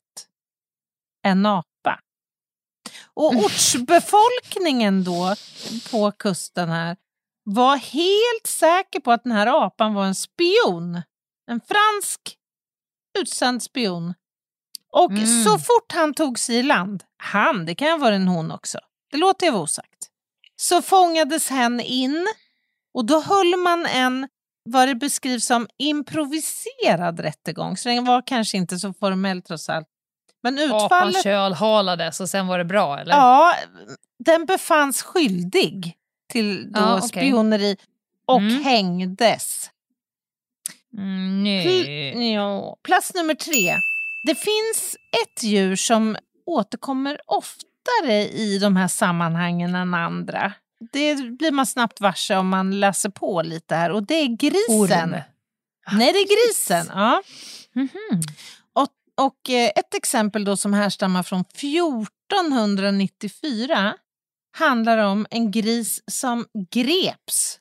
En apa. Och ortsbefolkningen då på kusten här var helt säker på att den här apan var en spion. En fransk utsänd spion. Och Mm. så fort han tog sig i land, han, det kan ju vara en hon också, det låter jag vara osagt, så fångades hen in och då höll man en, vad det beskrivs som, improviserad rättegång. Så den var kanske inte så formell trots allt. Men Apan utfallet... kölhalades och sen var det bra, eller? Ja, den befanns skyldig till då Ja, okej. spioneri och Mm. hängdes. Mm, nej. Pl- ja. Plats nummer tre. Det finns ett djur som återkommer oftare i de här sammanhangen än andra. Det blir man snabbt varse om man läser på lite här. Och det är grisen. Orm. Nej, det är grisen. Ja. Mhm. Och, och eh, ett exempel då som härstammar från fjortonhundranittiofyra handlar om en gris som greps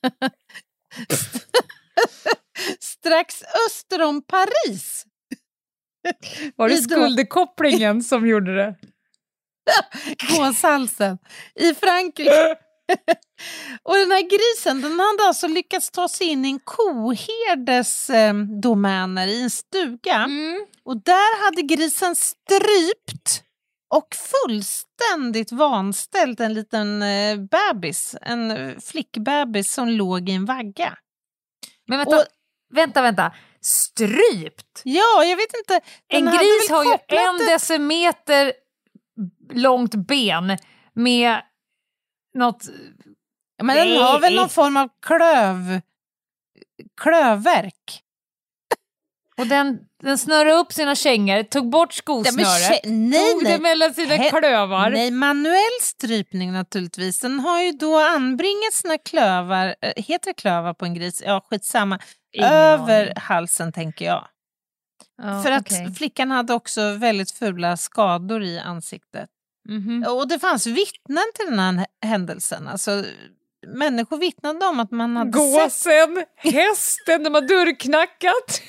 strax öster om Paris. Var det I då- skuldkopplingen som gjorde det? Gåshalsen i Frankrike. Och den här grisen, den hade alltså lyckats ta sig in i en koherdes eh, domäner i en stuga. Mm. Och där hade grisen strypt och fullständigt vanställt en liten eh, bebis, en eh, flickbebis som låg i en vagga. Men vänta, Och- vänta, vänta. Strypt? Ja, jag vet inte. den En hade gris väl har ju kopplat en det- decimeter långt ben med något... Men den Nej. har väl någon form av klöv klövverk. Och den, den snörde upp sina kängor, tog bort Ja, men skosnöret, kä- nej, tog nej. det mellan sina He- klövar. Nej, manuell strypning naturligtvis. Den har ju då anbringat sina klövar, äh, heter det klövar på en gris? Ja, skitsamma. Ingen Över aning. halsen tänker jag. Ja, För att okej. flickan hade också väldigt fula skador i ansiktet. Mhm. Och det fanns vittnen till den här händelsen. Alltså, människor vittnade om att man hade sett... Gåsen, hästen, de har dörrknackat.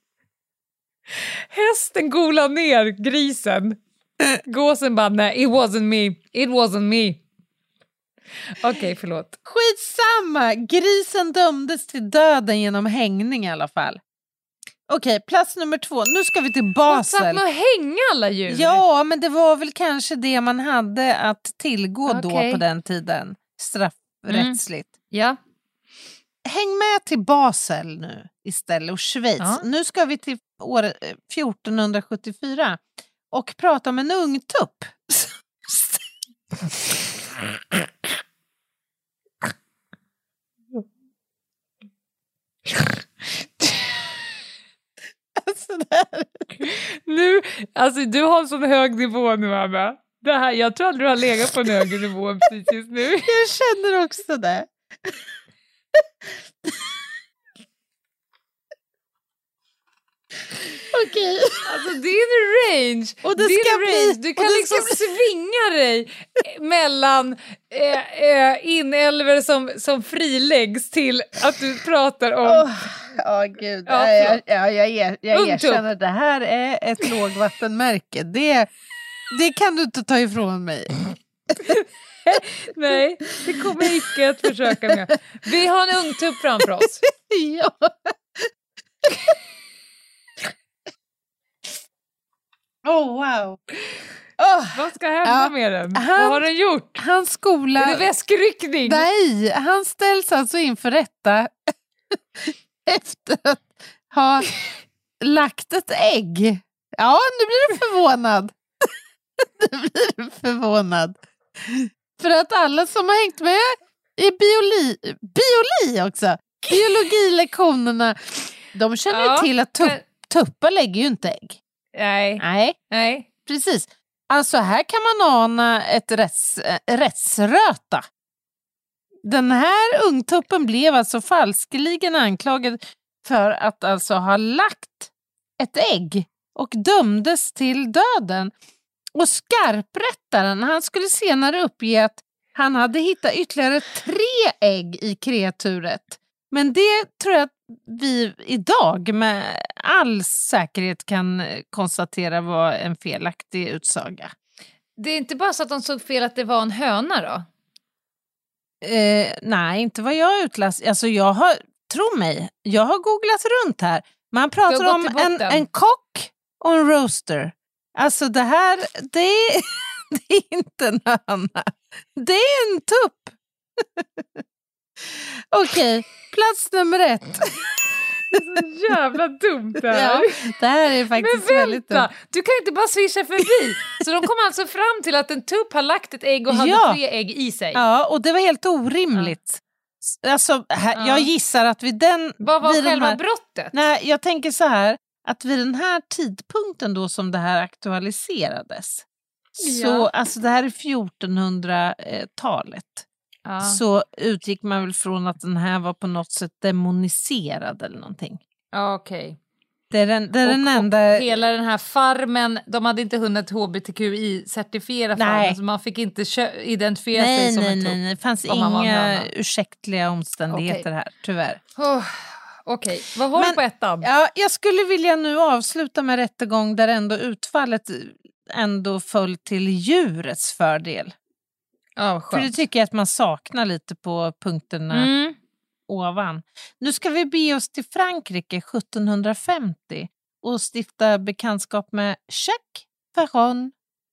Hästen golade ner grisen. Gåsen bara, nej, it wasn't me, it wasn't me. Okej, okay, förlåt. Skitsamma! Grisen dömdes till döden genom hängning i alla fall. Okej, plats nummer två. Nu ska vi till Man Basel. satt med att hänga alla djur. Ja, men det var väl kanske det man hade att tillgå då Okej. på den tiden. Straffrättsligt. Ja. Häng med till Basel nu istället och Schweiz. Ja. Nu ska vi till år fjortonhundrasjuttiofyra och prata om en ungtupp. Alltså det här. Nu, alltså du har en sån hög nivå nu, Anna. Det här, jag tror aldrig du har legat på en högre nivå precis just nu. Jag känner också det. Okej. Alltså din range, Och det din ska range. bli- du och kan det liksom ska svinga dig mellan eh, eh, inälvor som, som friläggs till att du pratar om... Åh, ja, gud. Ja, Ja, jag, förlåt. ja, jag, er, jag Ungtupp. erkänner, det här är ett lågvattenmärke. Det, det kan du inte ta ifrån mig. Nej, det kommer jag icke att försöka med. Vi har en ungtupp framför oss. Ja. Oh, wow. Oh, Vad ska hända Ja. med den? Han- Vad har den gjort? hans skola... Är det väskryckning? Nej, han ställs alltså inför rätta efter att ha lagt ett ägg. Ja, nu blir du förvånad. Nu blir du förvånad. För att alla som har hängt med i bioli, bioli också, biologilektionerna, de känner Ja, ju till att tupp, men- tuppar lägger ju inte ägg. Nej, Nej, nej. precis. Alltså här kan man ana ett rätts, äh, rättsröta. Den här ungtuppen blev alltså falskeligen anklagad för att alltså ha lagt ett ägg och dömdes till döden. Och skarprättaren, han skulle senare uppge att han hade hittat ytterligare tre ägg i kreaturet. Men det tror jag att vi idag med all säkerhet kan konstatera var en felaktig utsaga. Det är inte bara så att de såg fel att det var en höna då? Eh, nej, inte vad jag har utläst. Alltså jag har, tro mig, jag har googlat runt här. Man pratar om en, en kock och en roaster. Alltså det här, det är, det är inte en höna. Det är en tupp. Okej, plats nummer ett. Det är så jävla dumt det här. Ja, det här är faktiskt Men väldigt dumt. vänta, du kan inte bara swisha förbi. Så de kom alltså fram till att en tupp har lagt ett ägg och hade Ja. tre ägg i sig. Ja, och det var helt orimligt. Ja. Alltså, här, Ja. jag gissar att vid den... Vad var vid den själva här, brottet? Nej, jag tänker så här, att vid den här tidpunkten då som det här aktualiserades, så, Ja. alltså det här är fjortonhundratalet, Ja. så utgick man väl från att den här var på något sätt demoniserad eller någonting. Ja, okej. Det är den, det är Och, den och enda... hela den här farmen, de hade inte hunnit H B T Q I-certifiera Nej. farmen, så man fick inte kö- identifiera sig Nej, som nej, en tupp. nej, nej, det fanns om man var en inga höna. ursäktliga omständigheter Okej. här, tyvärr. Oh, okej, vad har du Men- på ettan? Ja, jag skulle vilja nu avsluta med rättegång där ändå utfallet ändå föll till djurets fördel. Ja, För det skönt. tycker jag att man saknar lite på punkterna Mm. ovan. Nu ska vi be oss till Frankrike sjuttonhundrafemtio och stifta bekantskap med Jacques Ferron.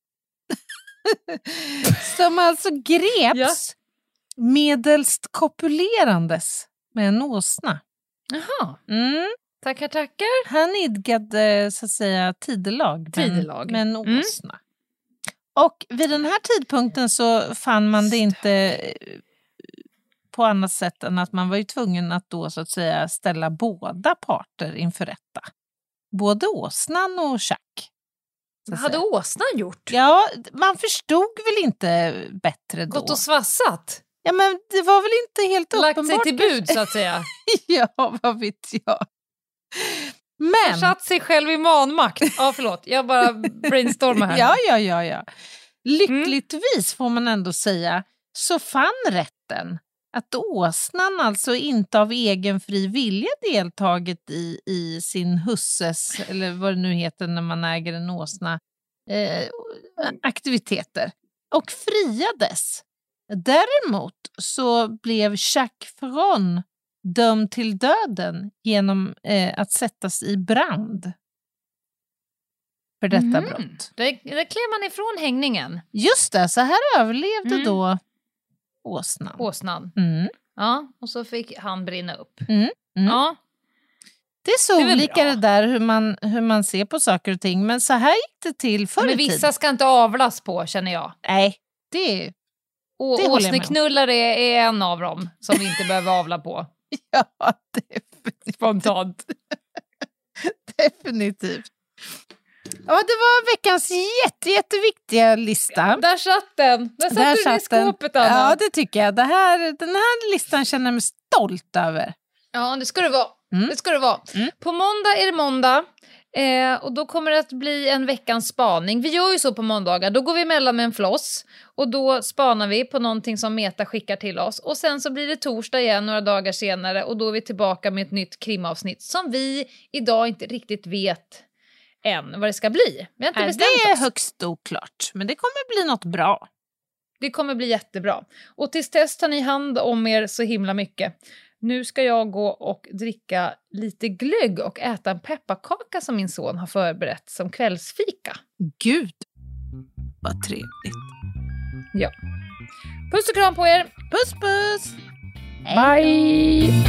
Som alltså greps Ja. medelst kopulerandes med en åsna. Jaha, Mm. tackar tackar. Han idgade så att säga tidelag, men- Tidelag. med en Mm. åsna. Och vid den här tidpunkten så fann man det inte eh, på annat sätt än att man var ju tvungen att då så att säga ställa båda parter inför rätta. Både åsnan och Jacques. så Vad att hade säga. åsnan gjort? Ja, man förstod väl inte bättre då. Gått och svassat? Ja, men det var väl inte helt Lagt uppenbart. sig till bud så att säga? Ja, vad vet jag. Men... Satt sig själv i manmakt. Ja, förlåt. Jag bara brainstormar här. Ja, ja, ja, ja. Lyckligtvis får man ändå säga så fann rätten att åsnan alltså inte av egen fri vilja deltagit i, i sin husses, eller vad det nu heter när man äger en åsna, eh, aktiviteter och friades. Däremot så blev Jacques Ferron dömd till döden genom eh, att sättas i brand för detta Mhm. brott. Där, där klev man ifrån hängningen. Just det, så här överlevde Mm. då åsnan. Åsnan. Mm. Ja, och så fick han brinna upp. Mm. Mm. Ja. Det är så Det är väl olika bra. det där hur man, hur man ser på saker och ting, men så här gick det till förr i Men tiden. vissa ska inte avlas på, känner jag. Nej, det är... Och Det håller jag med om. åsneknullare är, är en av dem som vi inte behöver avla på. Ja, definitivt. Spontant. definitivt. Ja, det var veckans jätte, jätteviktiga lista. Där satt den. Där satt Där du den i satt den. skåpet, Anna. Ja, det tycker jag. Det här, den här listan känner jag mig stolt över. Ja, det ska det vara. Mm. Det ska det vara. Mm. På måndag är det måndag. Eh, och då kommer det att bli en veckans spaning. Vi gör ju så på måndagar. Då går vi emellan med en floss. Och då spanar vi på någonting som Meta skickar till oss. Och sen så blir det torsdag igen några dagar senare. Och då är vi tillbaka med ett nytt krimavsnitt. Som vi idag inte riktigt vet än vad det ska bli. Vi har inte Nej, bestämt det är oss. högst oklart, men det kommer bli något bra. Det kommer bli jättebra. Och tills dess tar ni hand om er så himla mycket. Nu ska jag gå och dricka lite glögg och äta en pepparkaka som min son har förberett som kvällsfika. Gud, vad trevligt. Ja. Puss och kram på er! Puss, puss! Bye!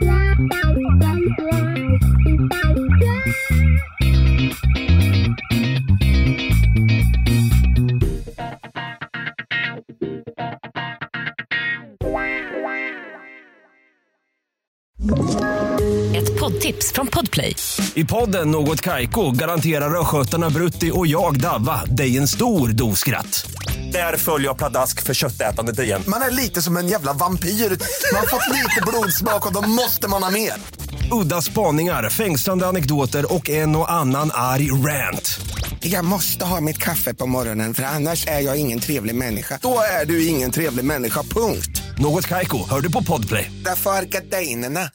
Ett poddtips från Podplay. I podden Något Kaiko garanterar röskötarna Brutti och jag Davva dig en stor dos skratt. Där följer jag pladask för köttätandet igen. Man är lite som en jävla vampyr. Man har fått lite blodsmak och då måste man ha mer. Udda spaningar, fängslande anekdoter och en och annan arg rant. Jag måste ha mitt kaffe på morgonen för annars är jag ingen trevlig människa. Då är du ingen trevlig människa, punkt. Något Kaiko, hör du på Podplay. Därför är gardinerna.